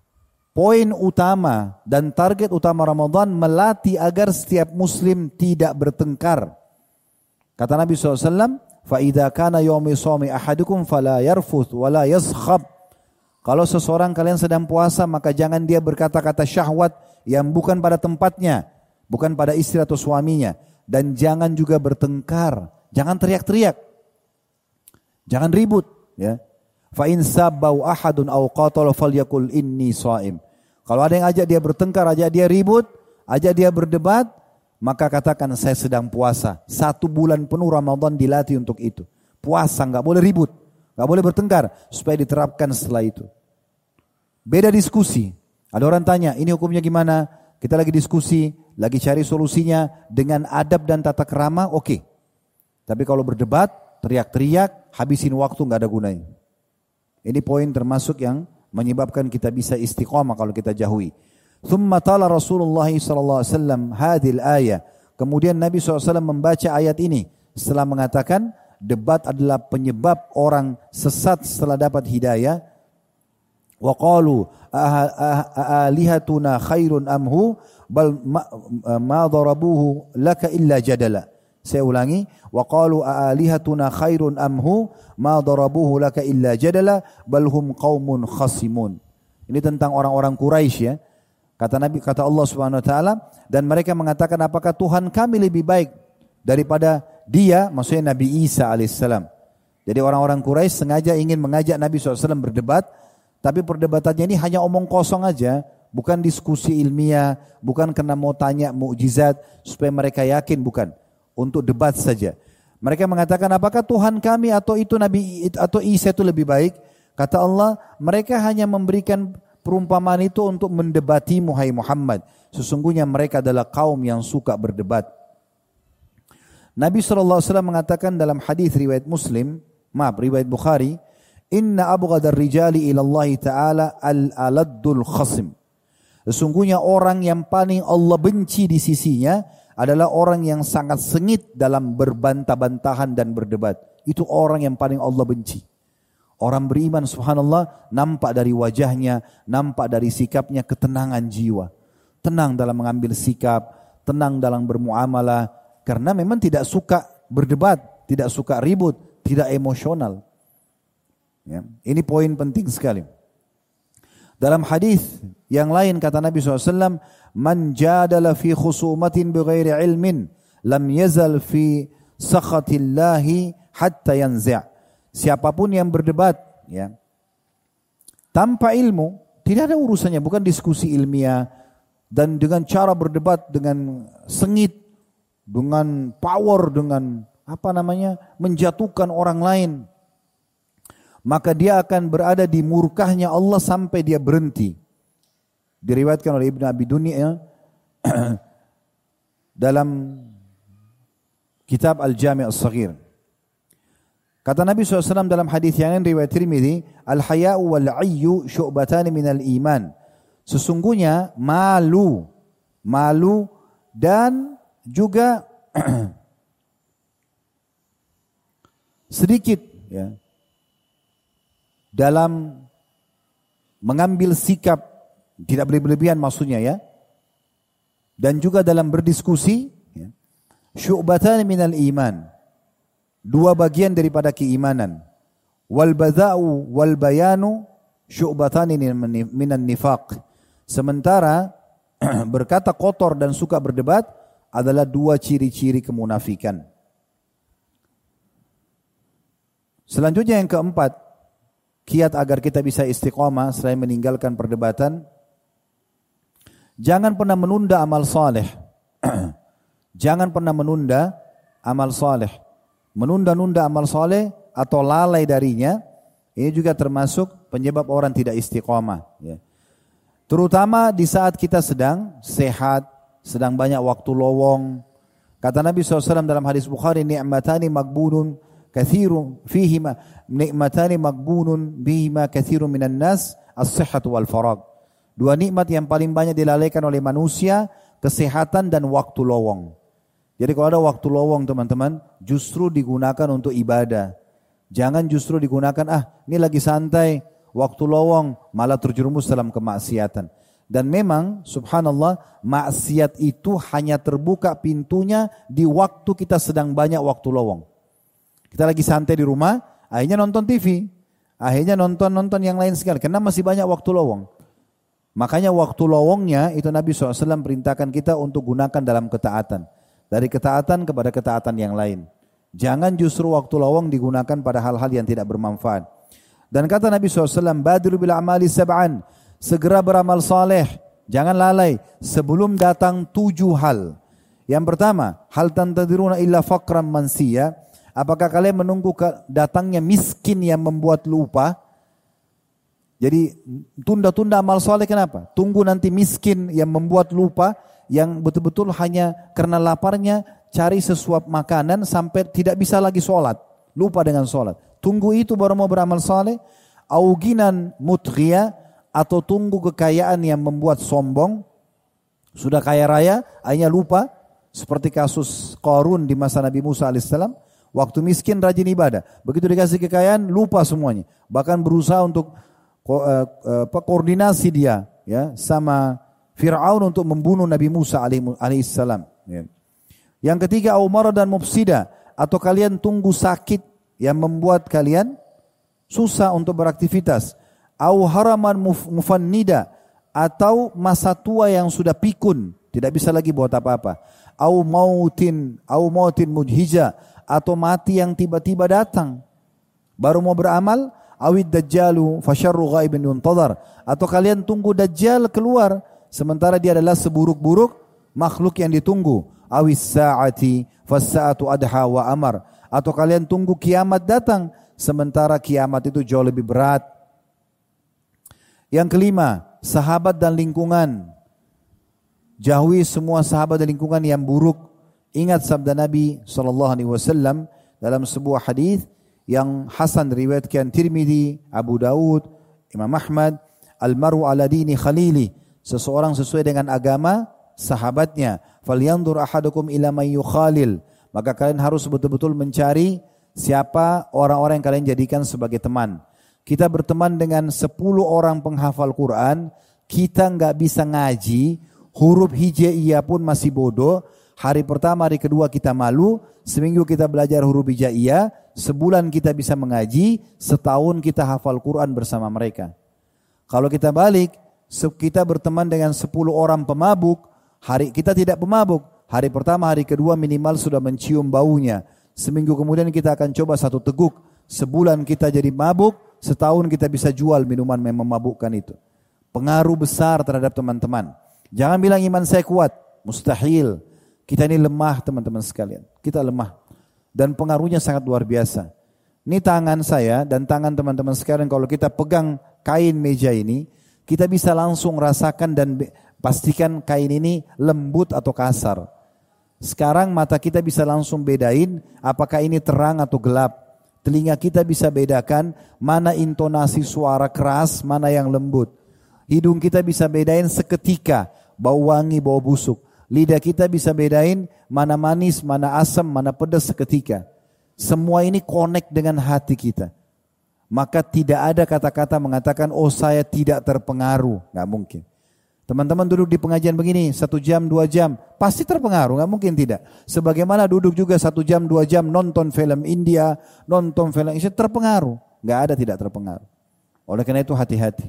poin utama dan target utama Ramadan melatih agar setiap muslim tidak bertengkar. Kata Nabi SAW, فَإِذَا كَانَ يَوْمِ صَوْمِ أَحَدُكُمْ فَلَا يَرْفُثْ وَلَا يَصْخَبْ. Kalau seseorang kalian sedang puasa, maka jangan dia berkata-kata syahwat yang bukan pada tempatnya, bukan pada istri atau suaminya, dan jangan juga bertengkar, jangan teriak-teriak, jangan ribut, ya. Fa in sabbau ahadun aw qatala falyakul inni shaim. Kalau ada yang ajak dia bertengkar, ajak dia ribut, ajak dia berdebat, maka katakan saya sedang puasa. 1 bulan penuh Ramadan dilatih untuk itu. Puasa, enggak boleh ribut, enggak boleh bertengkar, supaya diterapkan setelah itu. Beda diskusi. Ada orang tanya, ini hukumnya gimana? Kita lagi diskusi, lagi cari solusinya dengan adab dan tata krama, oke. Tapi kalau berdebat, teriak-teriak, habisin waktu, enggak ada gunanya. Ini poin termasuk yang menyebabkan kita bisa istiqamah kalau kita jauhi. Thumma tala Rasulullah SAW hadhil ayah. Kemudian Nabi SAW membaca ayat ini setelah mengatakan debat adalah penyebab orang sesat setelah dapat hidayah. Wa qalu alihatuna khairun amhu bal ma darabuhu laka illa jadala. Saya ulangi, wa qalu alihatuna khairun amhu ma darabuhu laka illa jadala bal hum qaumun khasimun. Ini tentang orang-orang Quraisy, ya. Kata Nabi, kata Allah Subhanahu wa taala, dan mereka mengatakan apakah Tuhan kami lebih baik daripada dia, maksudnya Nabi Isa alaihissalam. Jadi orang-orang Quraisy sengaja ingin mengajak Nabi SAW berdebat, tapi perdebatannya ini hanya omong kosong aja, bukan diskusi ilmiah, bukan karena mau tanya mukjizat supaya mereka yakin, bukan. Untuk debat saja. Mereka mengatakan apakah Tuhan kami atau itu Nabi atau Isa itu lebih baik? Kata Allah, mereka hanya memberikan perumpamaan itu untuk mendebati hai Muhammad. Sesungguhnya mereka adalah kaum yang suka berdebat. Nabi SAW mengatakan dalam hadis riwayat riwayat Bukhari, Inna abghadar rijali ilallahi ta'ala al-aladdul khasim. Sesungguhnya orang yang paling Allah benci di sisinya adalah orang yang sangat sengit dalam berbantah-bantahan dan berdebat. Itu orang yang paling Allah benci. Orang beriman subhanallah nampak dari wajahnya, nampak dari sikapnya ketenangan jiwa. Tenang dalam mengambil sikap, tenang dalam bermuamalah. Karena memang tidak suka berdebat, tidak suka ribut, tidak emosional. Ya, ini poin penting sekali. Dalam hadis yang lain kata Nabi SAW, Man jadala fi khusumatin bighairi ilmin, lam yazal fi sakhatillahi hatta yanzi'. Siapapun yang berdebat, ya, tanpa ilmu, tidak ada urusannya, bukan diskusi ilmiah, dan dengan cara berdebat dengan sengit, dengan power, dengan menjatuhkan orang lain, maka dia akan berada di murkahnya Allah sampai dia berhenti. Diriwayatkan oleh Ibn Abi Dunya dalam kitab Al-Jami' As-Saghir. Kata Nabi SAW dalam hadis yang lain riwayat Tirmidzi, Al-haya'u wal-'ayyu syu'batani minal iman. Sesungguhnya malu dan juga sedikit, ya, dalam mengambil sikap, tidak berlebihan maksudnya ya. Dan juga dalam berdiskusi, ya, syu'batan minal iman, dua bagian daripada keimanan. Wal bada'u wal bayanu syu'batan minan nifaq. Sementara berkata kotor dan suka berdebat adalah dua ciri-ciri kemunafikan. Selanjutnya yang keempat, kiat agar kita bisa istiqamah selain meninggalkan perdebatan, jangan pernah menunda amal saleh. Jangan pernah menunda amal saleh. Menunda-nunda amal saleh atau lalai darinya, ini juga termasuk penyebab orang tidak istiqamah. Ya. Terutama di saat kita sedang sehat, sedang banyak waktu lowong. Kata Nabi SAW dalam hadis Bukhari, ni'matani magbunun kathirun fihima, ni'matani magbunun bihima kathirun minan nas, as-sihhatu wal farag. Dua nikmat yang paling banyak dilalaikan oleh manusia, kesehatan dan waktu lowong. Jadi kalau ada waktu lowong teman-teman, justru digunakan untuk ibadah. Jangan justru digunakan, ini lagi santai, waktu lowong, malah terjerumus dalam kemaksiatan. Dan memang subhanallah, maksiat itu hanya terbuka pintunya di waktu kita sedang banyak waktu lowong. Kita lagi santai di rumah, akhirnya nonton TV, akhirnya nonton yang lain sekali, karena masih banyak waktu lowong. Makanya waktu lowongnya itu Nabi SAW perintahkan kita untuk gunakan dalam ketaatan. Dari ketaatan kepada ketaatan yang lain. Jangan justru waktu lowong digunakan pada hal-hal yang tidak bermanfaat. Dan kata Nabi SAW, badiru bil amali sab'an, segera beramal saleh, jangan lalai sebelum datang 7 hal. Yang pertama, hal tantadiruna illa faqran mansiya, apakah kalian menunggu datangnya miskin yang membuat lupa? Jadi tunda-tunda amal saleh kenapa? Tunggu nanti miskin yang membuat lupa, yang betul-betul hanya karena laparnya cari sesuap makanan sampai tidak bisa lagi sholat, lupa dengan sholat. Tunggu itu baru mau beramal saleh. Auginan mutghiyah, atau tunggu kekayaan yang membuat sombong. Sudah kaya raya, akhirnya lupa. Seperti kasus Qarun di masa Nabi Musa alaihissalam. Waktu miskin rajin ibadah. Begitu dikasih kekayaan, lupa semuanya. Bahkan berusaha untuk koordinasi dia ya sama Fir'aun untuk membunuh Nabi Musa alaihissalam. Ya. Yang ketiga, Umar dan mufsida, atau kalian tunggu sakit yang membuat kalian susah untuk beraktivitas. Au haraman mufannida, atau masa tua yang sudah pikun, tidak bisa lagi buat apa-apa. Au mautin mujhija, atau mati yang tiba-tiba datang. Baru mau beramal, awid dajjalu fasyarru ghaibin yuntadhar, atau kalian tunggu dajjal keluar sementara dia adalah seburuk-buruk makhluk yang ditunggu. Awis sa'ati fas-sa'atu adha wa amar, atau kalian tunggu kiamat datang sementara kiamat itu jauh lebih berat. Yang kelima, sahabat dan lingkungan. Jauhi semua sahabat dan lingkungan yang buruk. Ingat sabda Nabi SAW dalam sebuah hadis yang hasan riwayatkan Tirmidzi, Abu Daud, Imam Ahmad, al-mar'u ala dini khalili, seseorang sesuai dengan agama sahabatnya. Falyanzur ahadukum ila man yukhalil, maka kalian harus betul-betul mencari siapa orang-orang yang kalian jadikan sebagai teman. Kita berteman dengan 10 orang penghafal Quran, kita enggak bisa ngaji, huruf hijaiyah pun masih bodoh. Hari pertama, hari kedua kita malu, seminggu kita belajar huruf hijaiyah, sebulan kita bisa mengaji, setahun kita hafal Quran bersama mereka. Kalau kita balik, kita berteman dengan 10 orang pemabuk, kita tidak pemabuk. Hari pertama, hari kedua minimal sudah mencium baunya. Seminggu kemudian kita akan coba 1 teguk. Sebulan kita jadi mabuk, setahun kita bisa jual minuman yang memabukkan itu. Pengaruh besar terhadap teman-teman. Jangan bilang iman saya kuat, mustahil. Kita ini lemah teman-teman sekalian. Kita lemah. Dan pengaruhnya sangat luar biasa. Ini tangan saya dan tangan teman-teman sekalian, kalau kita pegang kain meja ini, kita bisa langsung rasakan dan pastikan kain ini lembut atau kasar. Sekarang mata kita bisa langsung bedain apakah ini terang atau gelap. Telinga kita bisa bedakan mana intonasi suara keras, mana yang lembut. Hidung kita bisa bedain seketika bau wangi, bau busuk. Lidah kita bisa bedain mana manis, mana asam, mana pedas seketika. Semua ini connect dengan hati kita. maka tidak ada kata-kata mengatakan, oh saya tidak terpengaruh. Nggak mungkin. Teman-teman duduk di pengajian begini 1 jam, 2 jam, pasti terpengaruh, nggak mungkin tidak. Sebagaimana duduk juga 1 jam, 2 jam nonton film India, nonton film Indonesia, terpengaruh. Nggak ada tidak terpengaruh. Oleh karena itu hati-hati.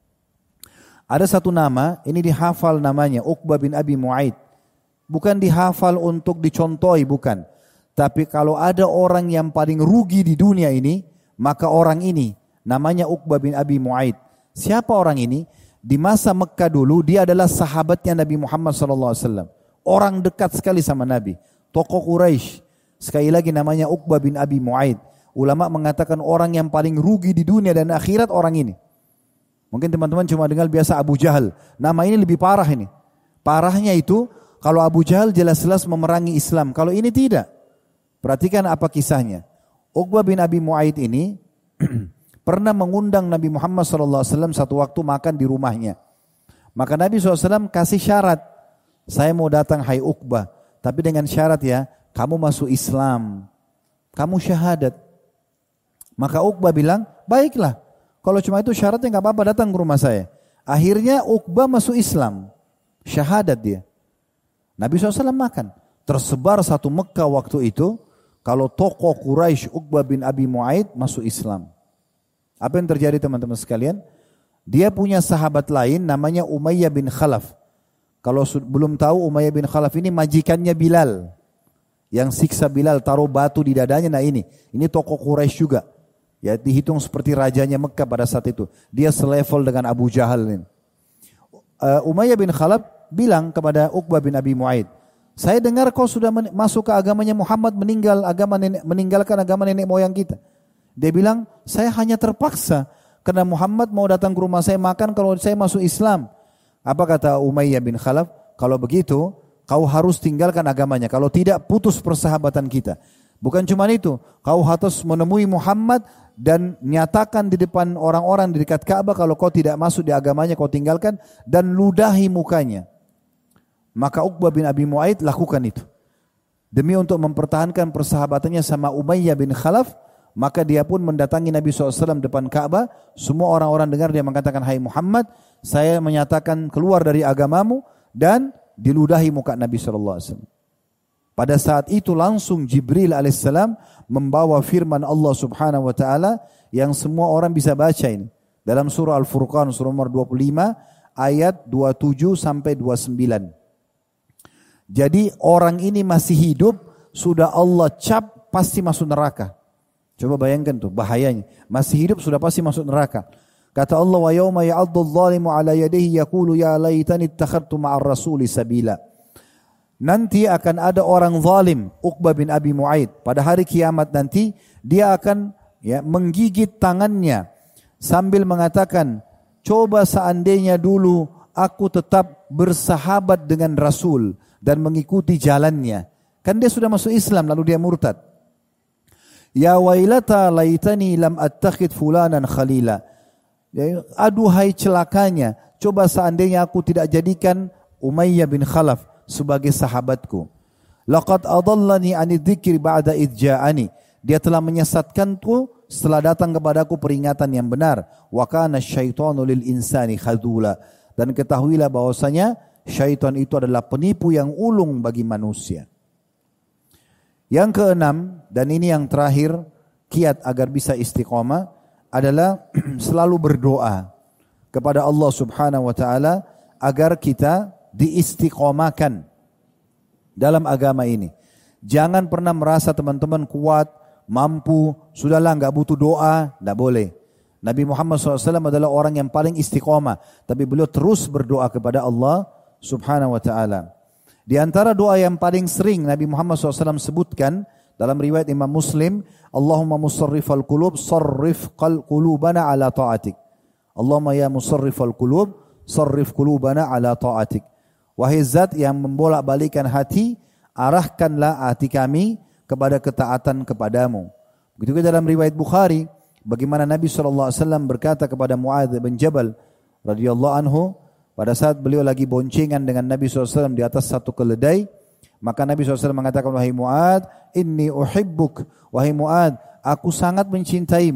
Ada satu nama, ini dihafal namanya, Uqbah bin Abi Mu'aid. Bukan dihafal untuk dicontohi, bukan. Tapi kalau ada orang yang paling rugi di dunia ini, maka orang ini, namanya Uqbah bin Abi Mu'aid. Siapa orang ini? Di masa Mekah dulu, dia adalah sahabatnya Nabi Muhammad SAW. Orang dekat sekali sama Nabi. Tokoh Quraisy. Sekali lagi namanya Uqbah bin Abi Mu'aid. Ulama mengatakan orang yang paling rugi di dunia dan akhirat orang ini. Mungkin teman-teman cuma dengar biasa Abu Jahal. Nama ini lebih parah ini. Parahnya itu, kalau Abu Jahal jelas-jelas memerangi Islam. Kalau ini tidak. Perhatikan apa kisahnya. Uqbah bin Abi Mu'aid ini pernah mengundang Nabi Muhammad SAW satu waktu makan di rumahnya. Maka Nabi SAW kasih syarat. Saya mau datang hai Uqbah. Tapi dengan syarat ya, kamu masuk Islam. Kamu syahadat. Maka Uqbah bilang, baiklah. Kalau cuma itu syaratnya nggak apa-apa datang ke rumah saya. Akhirnya Uqbah masuk Islam. Syahadat dia. Nabi SAW makan. Tersebar satu Mekah waktu itu. Kalau tokoh Quraisy Uqbah bin Abi Mu'aid masuk Islam. Apa yang terjadi teman-teman sekalian? Dia punya sahabat lain namanya Umayyah bin Khalaf. Kalau belum tahu Umayyah bin Khalaf ini majikannya Bilal. Yang siksa Bilal taruh batu di dadanya. Nah ini tokoh Quraisy juga. Ya dihitung seperti rajanya Mekah pada saat itu. Dia selevel dengan Abu Jahal ini. Umayyah bin Khalaf bilang kepada Uqbah bin Abi Mu'aid, saya dengar kau sudah masuk ke agamanya Muhammad, meninggalkan agama nenek moyang kita. Dia bilang, saya hanya terpaksa karena Muhammad mau datang ke rumah saya makan kalau saya masuk Islam. Apa kata Umayyah bin Khalaf? Kalau begitu, kau harus tinggalkan agamanya. Kalau tidak, putus persahabatan kita. Bukan cuma itu, kau harus menemui Muhammad dan nyatakan di depan orang-orang di dekat Ka'bah kalau kau tidak masuk di agamanya, kau tinggalkan dan ludahi mukanya. Maka Uqbah bin Abi Mu'aid lakukan itu. Demi untuk mempertahankan persahabatannya sama Umayyah bin Khalaf, maka dia pun mendatangi Nabi SAW depan Ka'bah. Semua orang-orang dengar dia mengatakan, hai Muhammad, saya menyatakan keluar dari agamamu, dan diludahi muka Nabi SAW. Pada saat itu langsung Jibril alaihissalam membawa firman Allah subhanahu wa ta'ala yang semua orang bisa baca ini. Dalam surah Al-Furqan, surah nomor 25, ayat 27 sampai 29. Jadi orang ini masih hidup, sudah Allah cap pasti masuk neraka. Coba bayangkan tuh bahayanya. Masih hidup sudah pasti masuk neraka. Kata Allah, wa yawma ya'addul zalimu ala yadihi yaqulu ya laitani ittakhadtu ma'ar rasuli sabila. Nanti akan ada orang zalim, Uqbah bin Abi Mu'aid. Pada hari kiamat nanti dia akan menggigit tangannya sambil mengatakan, coba seandainya dulu aku tetap bersahabat dengan Rasul dan mengikuti jalannya. Kan dia sudah masuk Islam lalu dia murtad. Ya wailata laitani lam attakhid fulanan khalila. Aduhai celakanya, coba seandainya aku tidak jadikan Umayyah bin Khalaf sebagai sahabatku. Laqad adallani 'ani dzikri ba'da idh ja'ani. Dia telah menyesatkanku setelah datang kepadaku peringatan yang benar. Wa kana syaitanu lil insani khadula. Dan ketahuilah bahwasanya syaitan itu adalah penipu yang ulung bagi manusia. Yang keenam, dan ini yang terakhir, kiat agar bisa istiqomah adalah selalu berdoa kepada Allah Subhanahu wa taala agar kita diistiqomahkan dalam agama ini. Jangan pernah merasa teman-teman kuat, mampu, sudahlah enggak butuh doa, enggak boleh. Nabi Muhammad SAW adalah orang yang paling istiqomah, tapi beliau terus berdoa kepada Allah Subhanahu wa taala. Di antara doa yang paling sering Nabi Muhammad SAW sebutkan dalam riwayat Imam Muslim, Allahumma musarrifal qulub sarrif qulubana ala ta'atik. Allahumma ya musarrifal qulub sarrif qulubana ala ta'atik. Wahai zat yang membolak-balikan hati, arahkanlah hati kami kepada ketaatan kepadamu. Begitu juga dalam riwayat Bukhari, bagaimana Nabi SAW berkata kepada Mu'adz bin Jabal radhiyallahu anhu, pada saat beliau lagi boncengan dengan Nabi SAW di atas satu keledai, maka Nabi SAW mengatakan, wahai Mu'adz, inni uhibbuk, wahai Mu'adz, aku sangat mencintaimu.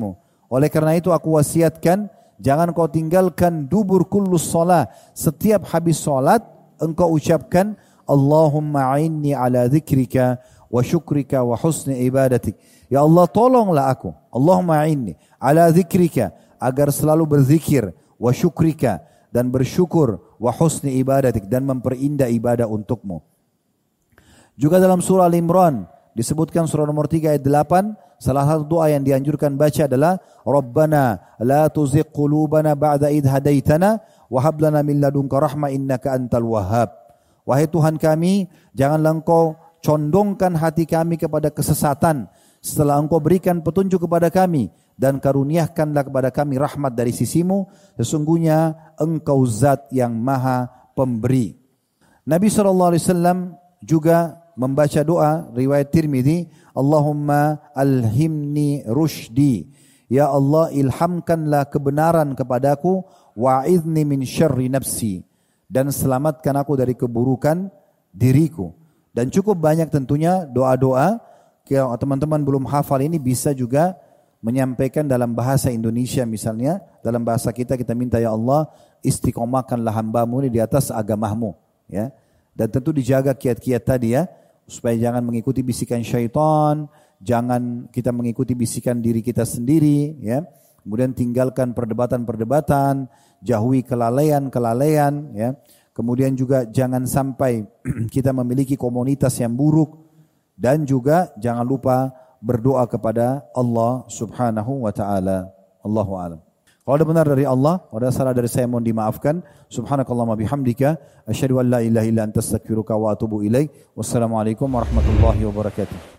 Oleh karena itu aku wasiatkan, jangan kau tinggalkan dubur kullus shalah. Setiap habis salat engkau ucapkan Allahumma a'inni ala dzikrika wa syukrika wa husni ibadatik. Ya Allah, tolonglah aku. Allahumma a'inni ala dzikrika, agar selalu berzikir, wa syukrika, dan bersyukur, wa husni ibadatik, dan memperindah ibadah untukmu. Juga dalam surah Al-Imran disebutkan surah nomor 3 ayat 8, salah satu doa yang dianjurkan baca adalah Rabbana la tuzigh qulubana ba'da idh hadaitana wa hab lana min ladunka rahmah innaka antal wahhab. Wahai Tuhan kami, janganlah Engkau condongkan hati kami kepada kesesatan setelah Engkau berikan petunjuk kepada kami, dan karuniakanlah kepada kami rahmat dari sisimu, sesungguhnya Engkau zat yang maha pemberi. Nabi SAW juga membaca doa riwayat Tirmidzi, Allahumma alhimni rushdi, ya Allah ilhamkanlah kebenaran kepadaku, wa'idhni min syarri nafsi, dan selamatkan aku dari keburukan diriku. Dan cukup banyak tentunya doa-doa. Kalau teman-teman belum hafal ini bisa juga menyampaikan dalam bahasa Indonesia misalnya. Dalam bahasa kita minta, ya Allah istiqomahkanlah hambamu ini di atas agamamu, ya. Dan tentu dijaga kiat-kiat tadi, ya, supaya jangan mengikuti bisikan syaitan, jangan kita mengikuti bisikan diri kita sendiri, ya. Kemudian tinggalkan perdebatan-perdebatan, jauhi kelalaian-kelalaian, ya. Kemudian juga jangan sampai kita memiliki komunitas yang buruk, dan juga jangan lupa berdoa kepada Allah Subhanahu wa taala. Allahu a'lam. Kalau ada benar dari Allah, kalau ada salah dari saya mohon dimaafkan. Subhanakallahumma bihamdika asyhadu an la ilaha illa anta astaghfiruka wa atubu ilaik. Wassalamualaikum warahmatullahi wabarakatuh.